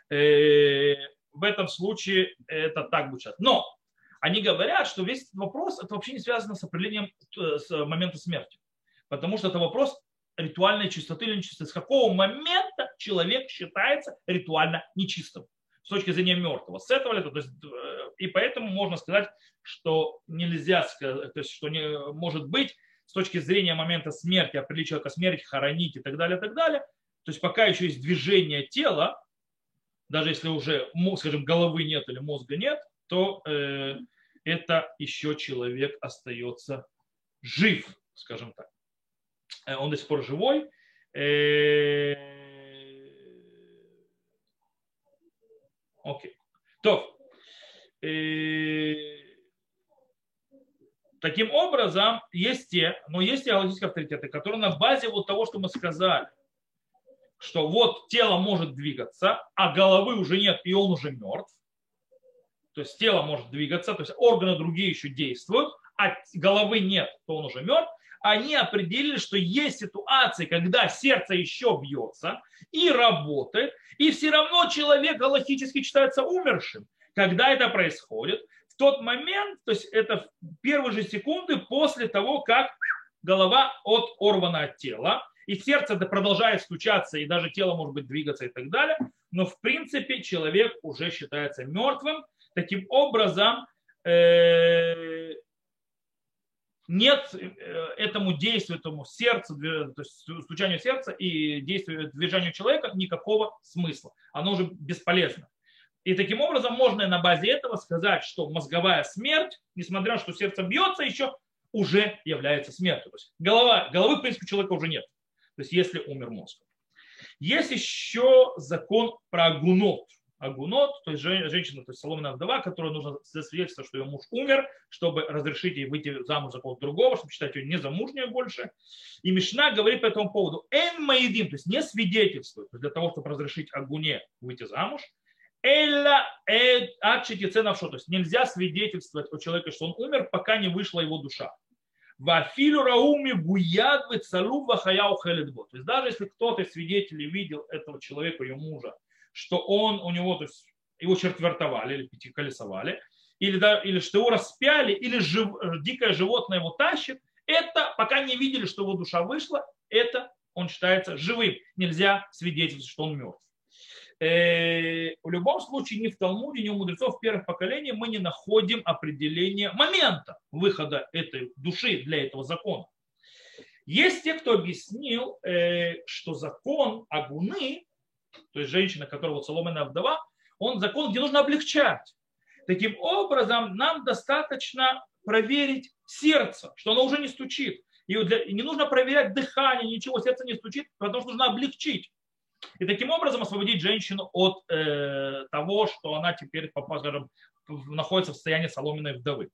В этом случае это так будет. Но они говорят, что весь этот вопрос это вообще не связано с определением с момента смерти. Потому что это вопрос ритуальной чистоты или нечистоты. С какого момента человек считается ритуально нечистым с точки зрения мертвого. С этого лета. То есть, и поэтому можно сказать, что нельзя сказать, то есть, что не может быть с точки зрения момента смерти, определить человека смерти, хоронить и так далее, и так далее. То есть пока еще есть движение тела, даже если уже, скажем, головы нет или мозга нет, то это еще человек остается жив, скажем так. Он до сих пор живой. Окей. То, таким образом, есть теологические авторитеты, которые на базе вот того, что мы сказали, что вот тело может двигаться, а головы уже нет, и он уже мертв. То есть тело может двигаться, то есть органы другие еще действуют, а головы нет, то он уже мертв. Они определили, что есть ситуации, когда сердце еще бьется и работает, и все равно человек галактически считается умершим. Когда это происходит? В тот момент, то есть это первые же секунды после того, как голова оторвана от тела, и сердце продолжает стучаться, и даже тело может быть двигаться и так далее, но в принципе человек уже считается мертвым. Таким образом, нет этому действию, этому сердцу, то есть стучанию сердца и действию, движению человека никакого смысла. Оно уже бесполезно. И таким образом можно на базе этого сказать, что мозговая смерть, несмотря на то, что сердце бьется, еще уже является смертью. То есть головы, в принципе, у человека уже нет. То есть если умер мозг. Есть еще закон про агунот. Агунот, то есть женщина, то есть соломенная вдова, которая нужно засвидетельствовать, что ее муж умер, чтобы разрешить ей выйти замуж за кого-то другого, чтобы считать ее незамужней больше. И Мишна говорит по этому поводу: «Эн маидим», то есть не свидетельствует, для того, чтобы разрешить агуне выйти замуж, «элла адшити ценавшо», то есть нельзя свидетельствовать о человеке, что он умер, пока не вышла его душа. Вафилу рауми буядвы цалу вахаяу хеледбо. То есть даже если кто-то из свидетелей видел этого человека, ее мужа, что у него, то есть его четвертовали или пятиколесовали, или что его распяли, или дикое животное его тащит, это пока не видели, что его душа вышла, это он считается живым. Нельзя свидетельствовать, что он мертв. В любом случае ни в Талмуде, ни у мудрецов первых поколений мы не находим определения момента выхода этой души для этого закона. Есть те, кто объяснил, что закон агуны, то есть женщина, которая соломенная вдова, он закон, где нужно облегчать. Таким образом, нам достаточно проверить сердце, что оно уже не стучит. И не нужно проверять дыхание, ничего, сердце не стучит, потому что нужно облегчить. И таким образом освободить женщину от того, что она теперь, скажем, находится в состоянии соломенной вдовы.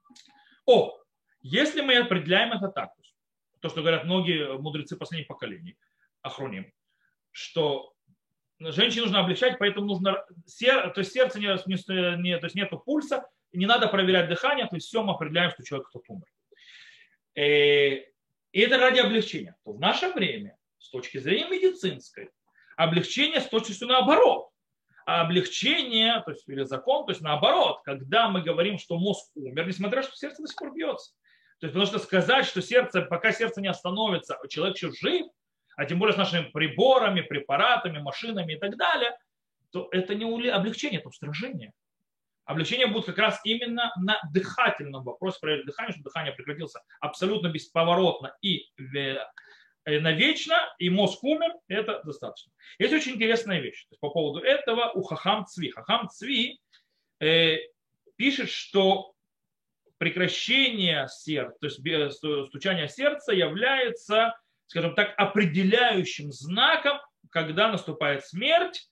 Если мы определяем это так, то, что говорят многие мудрецы последних поколений, охроним, что женщине нужно облегчать, поэтому нужно, то есть сердце то есть нету пульса, не надо проверять дыхание, то есть все мы определяем, что человек кто-то умер. И это ради облегчения. То в наше время, с точки зрения медицинской, облегчение с точностью наоборот. А облегчение, то есть или закон, то есть наоборот, когда мы говорим, что мозг умер, несмотря на то, что сердце до сих пор бьется. То есть потому что сказать, что сердце, пока сердце не остановится, человек еще жив, а тем более с нашими приборами, препаратами, машинами и так далее, то это не облегчение, это устражение. Облегчение будет как раз именно на дыхательном вопросе, проверить дыхание, чтобы дыхание прекратилось абсолютно бесповоротно и навечно, и мозг умер, это достаточно. Есть очень интересная вещь. То есть по поводу этого у Хахам Цви. Хахам Цви пишет, что прекращение сердца, то есть стучание сердца является, скажем так, определяющим знаком, когда наступает смерть.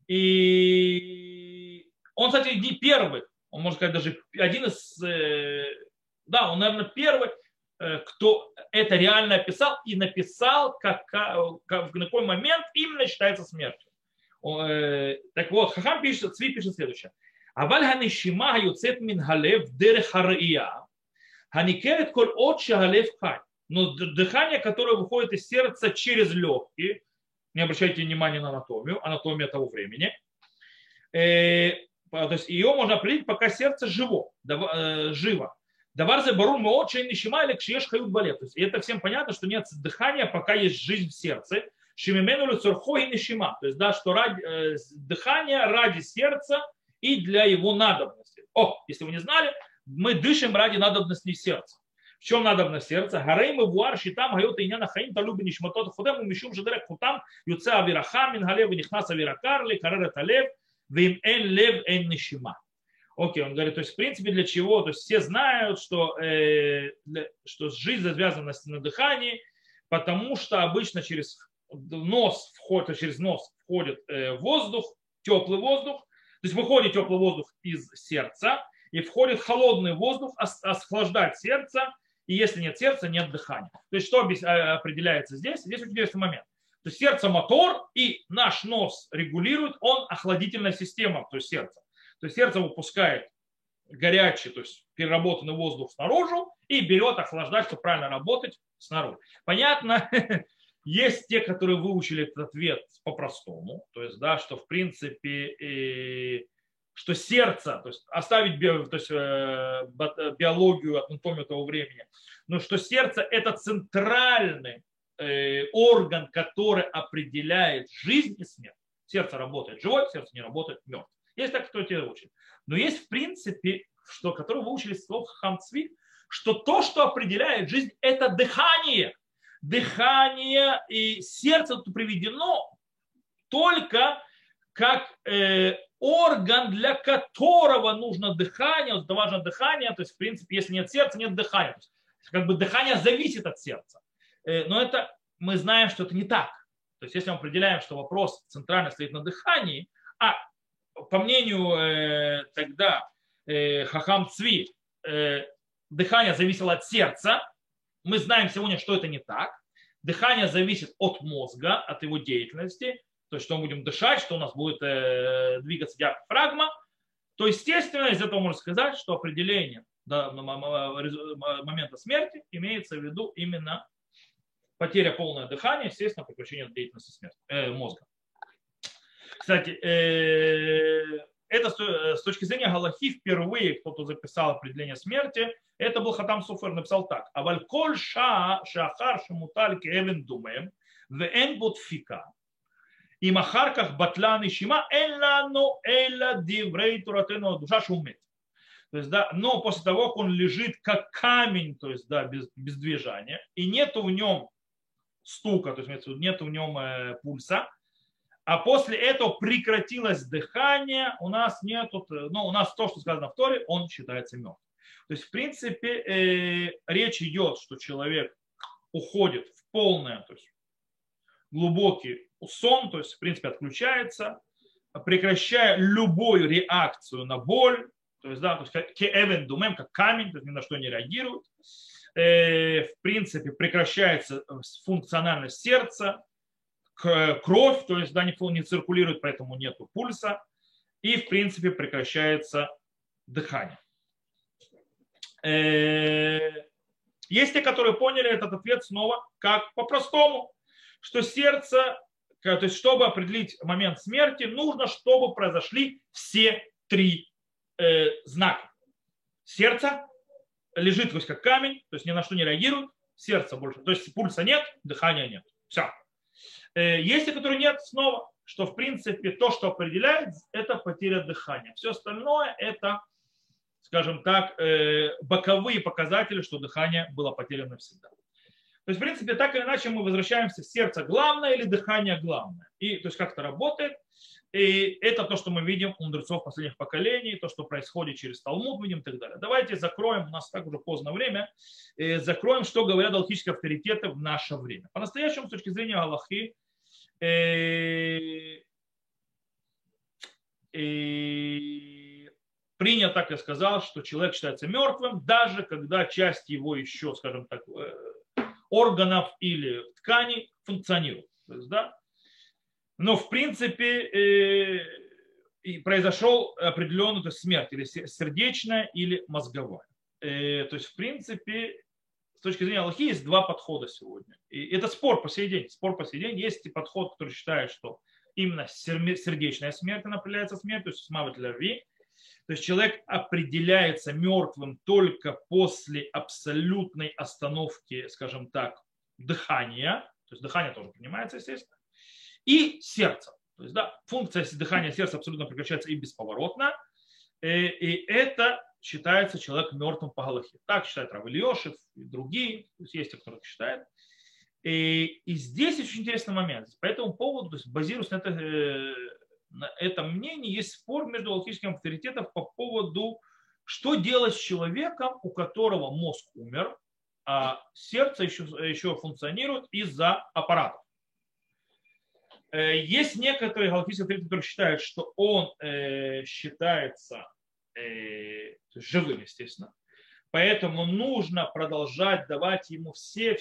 И он, кстати, не первый, он, можно сказать, даже один из, он, наверное, первый, кто это реально описал и написал, в какой момент именно считается смертью. Так вот, Хахам пишет, Цви пишет следующее. אבל הנשימה היוצאת מן הלב דרך הראייה, הניכרת כל עוד שהלב חי. Но дыхание, которое выходит из сердца через легкие, не обращайте внимания на анатомию, анатомия того времени, то есть ее можно определить, пока сердце живо. Давар зе барур меот шейн нишима или кшиеш хают балет. То есть это всем понятно, что нет дыхания, пока есть жизнь в сердце. Шимимену лицурхо и нишима. То есть да, что дыхание ради сердца и для его надобности. Если вы не знали, мы дышим ради надобности сердца. В чем надобность сердца? Гарей мы вуар щитам гайот и няна хаим талюби нишматот худем умишум жедерек хутам юце авираха мин галев и нихнас авиракарли каререт алев вим эн лев эн нишима. Окей, он говорит, то есть в принципе для чего? То есть все знают, что жизнь завязана на дыхании, потому что обычно через нос входит воздух, теплый воздух, то есть выходит теплый воздух из сердца и входит холодный воздух, охлаждать сердце, и если нет сердца, нет дыхания. То есть что определяется здесь? Здесь очень интересный момент. То есть сердце мотор, и наш нос регулирует, он охладительная система, то есть сердце. То есть сердце выпускает горячий, то есть переработанный воздух снаружи и берет охлаждать, чтобы правильно работать снаружи. Понятно? Есть те, которые выучили этот ответ по-простому, то есть, да, что в принципе, что сердце, то есть оставить биологию, анатомию того времени, но что сердце это центральный орган, который определяет жизнь и смерть. Сердце работает живой, сердце не работает мертв. Есть так, кто тебя учит. Но есть в принципе, который выучили слово Хахам Цви, что то, что определяет жизнь, это дыхание. Дыхание и сердце тут приведено только как орган, для которого нужно дыхание, вот это важно дыхание, то есть в принципе, если нет сердца, нет дыхания. Как бы дыхание зависит от сердца. Но это мы знаем, что это не так. То есть если мы определяем, что вопрос центрально стоит на дыхании, а по мнению тогда Хахам Цви, дыхание зависело от сердца, мы знаем сегодня, что это не так. Дыхание зависит от мозга, от его деятельности, то есть что мы будем дышать, что у нас будет двигаться диафрагма, то естественно из этого можно сказать, что определение момента смерти имеется в виду именно потеря полного дыхания, естественно, прекращение деятельности мозга. Кстати, это с точки зрения галахи впервые кто-то записал определение смерти, это был Хатам Софер, написал так. Аваль коль шахар шамуталь кевен думем, вен ботфика. И махарках батлан и шима элла но элла диврей туратену душа шумет. То есть, да, но после того, как он лежит как камень, то есть, да, без движения, и нету в нем стука, то есть нету в нем пульса, а после этого прекратилось дыхание, у нас нету, ну, у нас то, что сказано в Торе, он считается мертвым. То есть, в принципе, речь идет, что человек уходит в полное, то есть глубокий сон, то есть, в принципе, отключается, прекращая любую реакцию на боль, то есть, да, то есть, кеэвен думем, как камень, то есть ни на что не реагирует. В принципе, прекращается функциональность сердца, кровь, то есть, да, не циркулирует, поэтому нет пульса, и, в принципе, прекращается дыхание. Есть те, которые поняли этот ответ снова как по-простому, что сердце, то есть, чтобы определить момент смерти, нужно, чтобы произошли все три знака. Сердце лежит, то есть, как камень, то есть ни на что не реагирует, сердце больше, то есть пульса нет, дыхания нет. Все. Есть те, которые нет, снова, что в принципе то, что определяет, это потеря дыхания. Все остальное это, скажем так, боковые показатели, что дыхание было потеряно навсегда. То есть, в принципе, так или иначе мы возвращаемся, сердце главное или дыхание главное. И то есть как это работает. И это то, что мы видим у мудрецов последних поколений, то, что происходит через Талмуд, видим и так далее. Давайте закроем, у нас так уже поздно время, закроем, что говорят галахические авторитеты в наше время. По-настоящему, с точки зрения галахи, принято, так я сказал, что человек считается мертвым, даже когда часть его еще, скажем так, органов или тканей функционирует. То есть, да? Но в принципе произошел определенный, то есть, смерть, или сердечная, или мозговая. То есть, в принципе, с точки зрения аллахи есть два подхода сегодня. И это спор по сей день. Спор по сей день. Есть подход, который считает, что именно сердечная смерть определяется смертью, то есть смават лави. То есть человек определяется мертвым только после абсолютной остановки, скажем так, дыхания. То есть дыхание тоже принимается, естественно. И сердце. То есть, да, функция дыхания сердца абсолютно прекращается и бесповоротно. И это считается человек мертвым по галахе. Так считает Рав Ильёшев и другие. То есть те, кто так считает. И здесь очень интересный момент. По этому поводу, то есть базируясь на этом мнении, есть спор между галахическими авторитетами по поводу, что делать с человеком, у которого мозг умер, а сердце еще функционирует из-за аппаратов. Есть некоторые галахические авторитеты, которые считают, что он считается живым, естественно. Поэтому нужно продолжать давать ему все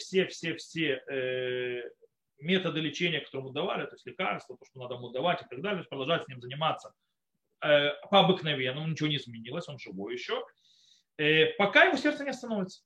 методы лечения, которые ему давали, то есть лекарства, то, что надо ему давать и так далее, продолжать с ним заниматься по обыкновенному, ничего не изменилось, он живой еще, пока его сердце не остановится.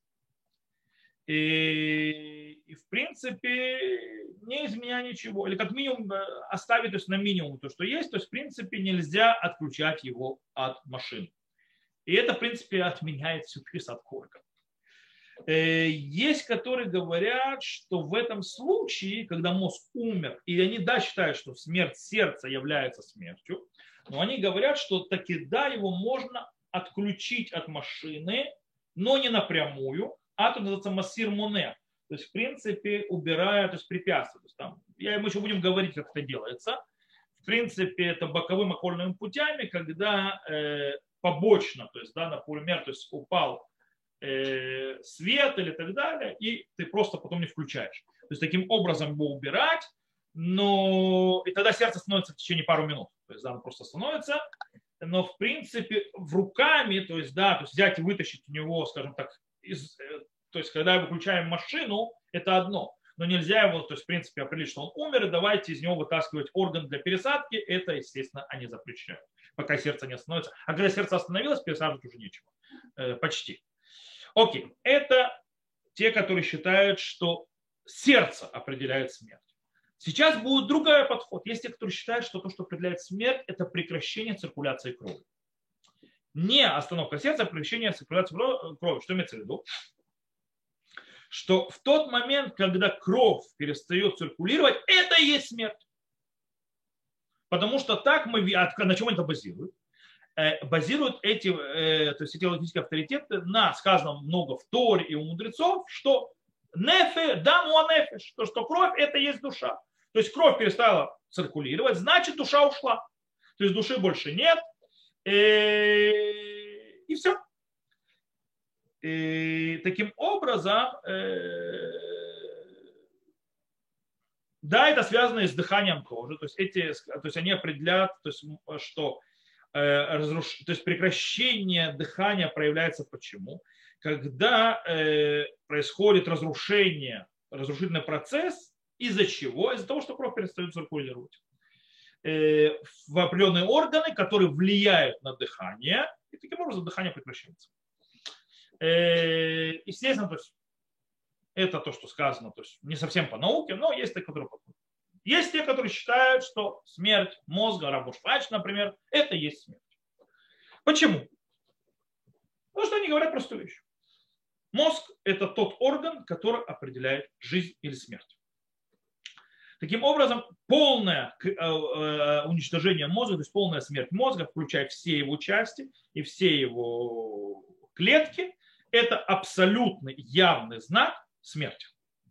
И в принципе, не изменяя ничего, или как минимум оставить, то есть, на минимум то, что есть, то есть в принципе нельзя отключать его от машины. И это в принципе отменяет всю пересадку органов. Есть, которые говорят, что в этом случае, когда мозг умер, и они, да, считают, что смерть сердца является смертью, но они говорят, что таки, да, его можно отключить от машины, но не напрямую, а то называется массир моне. То есть, в принципе, убирая, то есть, препятствия. То есть, там, мы еще будем говорить, как это делается. В принципе, это боковыми окольными путями, когда побочно, то есть, да, например, то есть, упал свет или так далее, и ты просто потом не включаешь. То есть таким образом его убирать, но и тогда сердце становится в течение пару минут. То есть да, оно просто становится, но в принципе в руками, то есть да, то есть взять и вытащить у него, скажем так, то есть когда выключаем машину, это одно. Но нельзя его, то есть в принципе определить, что он умер, и давайте из него вытаскивать орган для пересадки, это, естественно, они запрещают, пока сердце не остановится. А когда сердце остановилось, пересаживать уже нечего. Почти. Окей, это те, которые считают, что сердце определяет смерть. Сейчас будет другой подход. Есть те, которые считают, что то, что определяет смерть, это прекращение циркуляции крови. Не остановка сердца, а прекращение циркуляции крови. Что имеется в виду? Что в тот момент, когда кровь перестает циркулировать, это и есть смерть. Потому что так мы, на чем это базирует? Базируют эти, то есть эти логические авторитеты на сказанном много в Торе и у мудрецов, что нефе, даму анефеш, то, что кровь это есть душа. То есть кровь перестала циркулировать, значит душа ушла. То есть души больше нет, и все. И таким образом, да, это связано и с дыханием тоже. То есть они определяют, то есть, что то есть прекращение дыхания проявляется почему? Когда происходит разрушительный процесс, из-за чего? Из-за того, что кровь перестает циркулировать в определенные органы, которые влияют на дыхание, и таким образом дыхание прекращается. Естественно, то есть, это то, что сказано, то есть не совсем по науке, но есть те, которые подходят. Есть те, которые считают, что смерть мозга, Рабушвач, например, это и есть смерть. Почему? Потому что они говорят простую вещь. Мозг – это тот орган, который определяет жизнь или смерть. Таким образом, полное уничтожение мозга, то есть полная смерть мозга, включая все его части и все его клетки, это абсолютный явный знак смерти.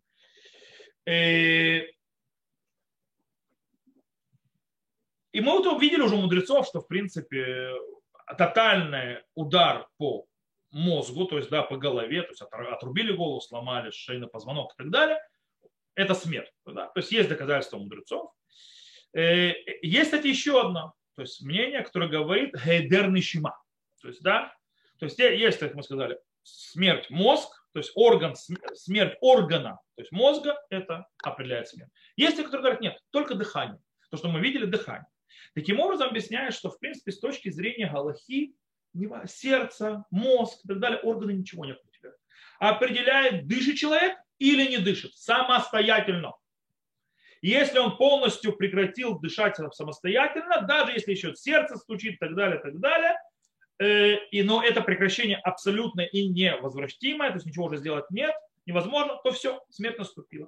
И мы вот увидели уже у мудрецов, что в принципе тотальный удар по мозгу, то есть да, по голове, то есть отрубили голову, сломали шейный позвонок и так далее, это смерть. Да? То есть есть доказательства мудрецов. Есть, кстати, еще одно то есть мнение, которое говорит гейдер нишима. То есть, да, то есть есть, как мы сказали, смерть мозг, то есть смерть органа, то есть мозга, это определяет смерть. Есть те, которые говорят, нет, только дыхание. То, что мы видели, дыхание. Таким образом объясняет, что в принципе с точки зрения галахи сердце, мозг и так далее, органы ничего не определяют. Определяет, дышит человек или не дышит, самостоятельно. Если он полностью прекратил дышать самостоятельно, даже если еще сердце стучит и так далее, но это прекращение абсолютно и невозвратимое, то есть ничего уже сделать нет, невозможно, то все, смерть наступила.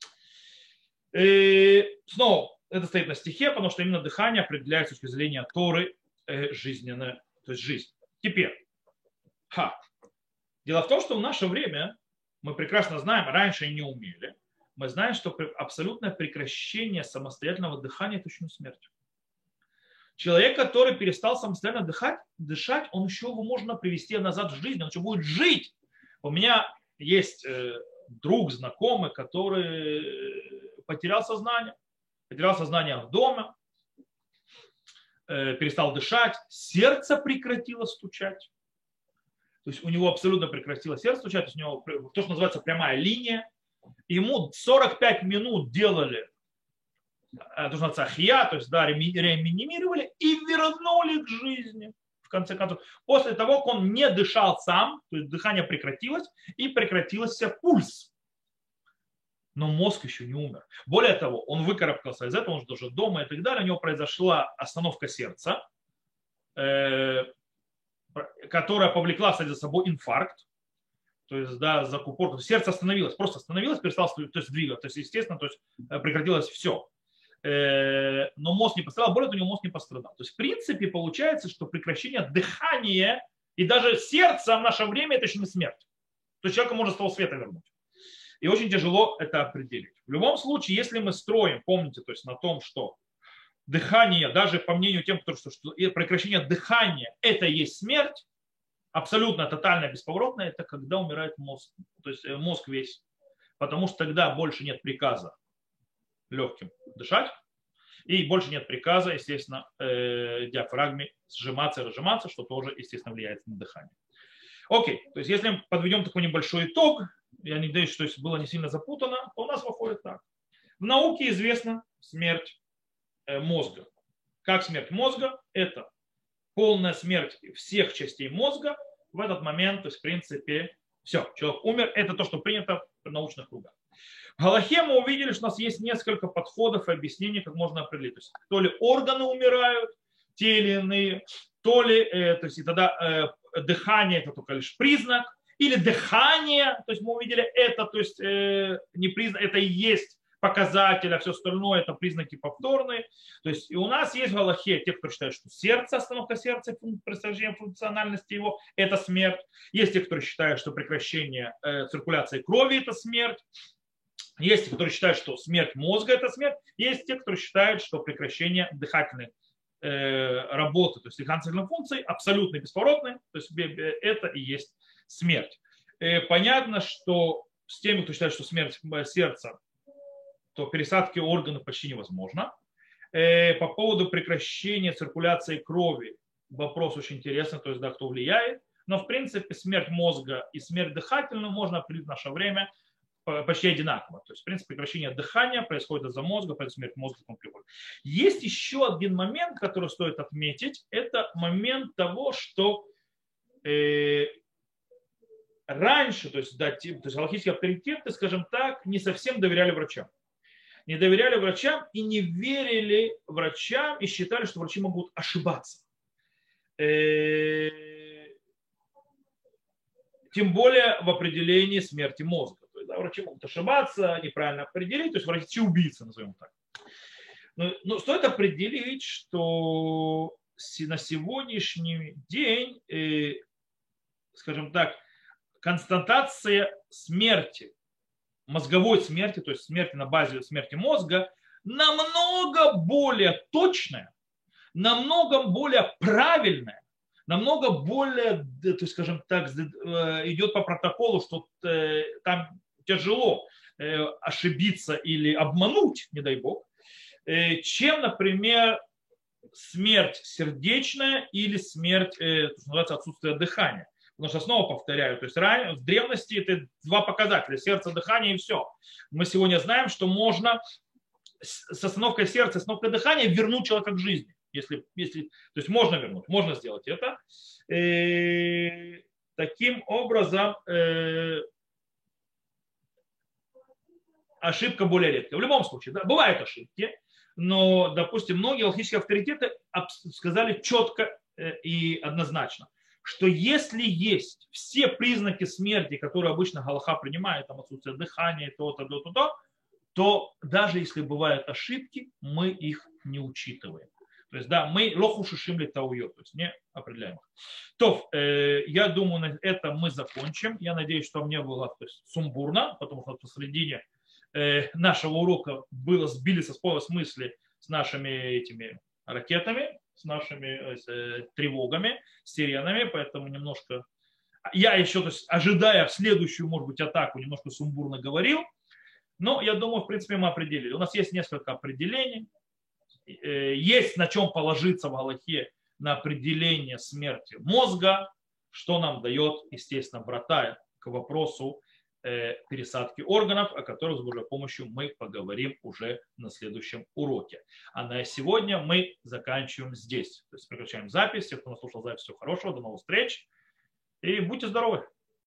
Снова, это стоит на стихе, потому что именно дыхание определяет с точки зрения Торы жизненное, то есть жизнь. Теперь, дело в том, что в наше время, мы прекрасно знаем, раньше и не умели, мы знаем, что абсолютное прекращение самостоятельного дыхания – это очень смерть. Человек, который перестал самостоятельно дышать, он еще его можно привести назад в жизнь, он еще будет жить. У меня есть друг, знакомый, который потерял сознание в доме, перестал дышать, сердце прекратило стучать. То есть у него абсолютно прекратило сердце стучать, то есть у него то, что называется прямая линия. Ему 45 минут делали, то, что называется ахия, то есть да, реанимировали и вернули к жизни. В конце концов, после того, как он не дышал сам, то есть дыхание прекратилось и прекратился пульс. Но мозг еще не умер. Более того, он выкарабкался из этого, он уже дома и так далее, у него произошла остановка сердца, которая повлекла, кстати, за собой инфаркт. То есть, да, закупор, сердце остановилось, просто остановилось, перестало двигаться. То есть, естественно, то есть, прекратилось все. Но мозг не пострадал, более того, у него мозг не пострадал. То есть, в принципе, получается, что прекращение дыхания и даже сердца в наше время это еще не смерть. То есть, человека можно с того света вернуть. И очень тяжело это определить. В любом случае, если мы строим, помните, то есть на том, что дыхание, даже по мнению тем, кто что прекращение дыхания это и есть смерть, абсолютно тотальная, бесповоротная, это когда умирает мозг, то есть мозг весь. Потому что тогда больше нет приказа легким дышать, и больше нет приказа, естественно, диафрагме сжиматься и разжиматься, что тоже, естественно, влияет на дыхание. Окей, то есть если мы подведем такой небольшой итог, я надеюсь, что было не сильно запутано, то у нас выходит так. В науке известна смерть мозга. Как смерть мозга? Это полная смерть всех частей мозга в этот момент, то есть в принципе все, человек умер, это то, что принято в научных кругах. В Галахе мы увидели, что у нас есть несколько подходов и объяснений, как можно определить. То есть то ли органы умирают, те или иные, то ли, то есть и тогда дыхание это только лишь признак, или дыхание, то есть мы увидели это, то есть не признак, это и есть показатель, а все остальное это признаки повторные. То есть и у нас есть в Галахе те, кто считает, что сердце, остановка сердца, прекращение функциональности его – это смерть. Есть те, кто считает, что прекращение циркуляции крови – это смерть. Есть те, которые считают, что смерть мозга – это смерть. Есть те, кто считают, что прекращение дыхательной работы, то есть дыхательных функций, абсолютно бесповоротной, то есть это и есть смерть. Понятно, что с теми, кто считает, что смерть сердца, то пересадки органов почти невозможно. По поводу прекращения циркуляции крови вопрос очень интересный, то есть да, кто влияет. Но в принципе смерть мозга и смерть дыхательную можно определить в наше время почти одинаково. То есть в принципе прекращение дыхания происходит из-за мозга, поэтому смерть мозга приходит. Есть еще один момент, который стоит отметить. Это момент того, что раньше, то есть галахические авторитеты, скажем так, не совсем доверяли врачам. Не доверяли врачам и не верили врачам и считали, что врачи могут ошибаться. Тем более в определении смерти мозга. То есть, да, врачи могут ошибаться, неправильно определить, то есть врачи-убийцы, назовем так. Но стоит определить, что на сегодняшний день, скажем так, констатация смерти, мозговой смерти, то есть смерти на базе смерти мозга, намного более точная, намного более правильная, намного более, то есть, скажем так, идет по протоколу, что там тяжело ошибиться или обмануть, не дай бог, чем, например, смерть сердечная или смерть, что называется, отсутствие дыхания. Потому что снова повторяю, то есть в древности это два показателя, сердце, дыхание и все. Мы сегодня знаем, что можно с остановкой сердца, остановкой дыхания вернуть человека к жизни. То есть можно вернуть, можно сделать это. Таким образом, ошибка более редкая. В любом случае, да, бывают ошибки, но, допустим, многие галахические авторитеты сказали четко и однозначно, что если есть все признаки смерти, которые обычно галаха принимает, там отсутствие дыхания, то даже если бывают ошибки, мы их не учитываем. То есть, да, мы лоху шишим ли тауйо, то есть не определяем их. То, я думаю, на этом мы закончим. Я надеюсь, что мне было сумбурно, потому что посередине нашего урока было сбили со мысли с нашими этими ракетами, с нашими тревогами, сиренами, поэтому немножко... Я еще, то есть, ожидая следующую, может быть, атаку, немножко сумбурно говорил, но я думаю, в принципе, мы определили. У нас есть несколько определений, есть на чем положиться в галахе на определение смерти мозга, что нам дает, естественно, врата к вопросу пересадки органов, о которых с Божьей помощью мы поговорим уже на следующем уроке. А на сегодня мы заканчиваем здесь. То есть прекращаем запись. Всех, кто нас слушал запись, всего хорошего, до новых встреч и будьте здоровы!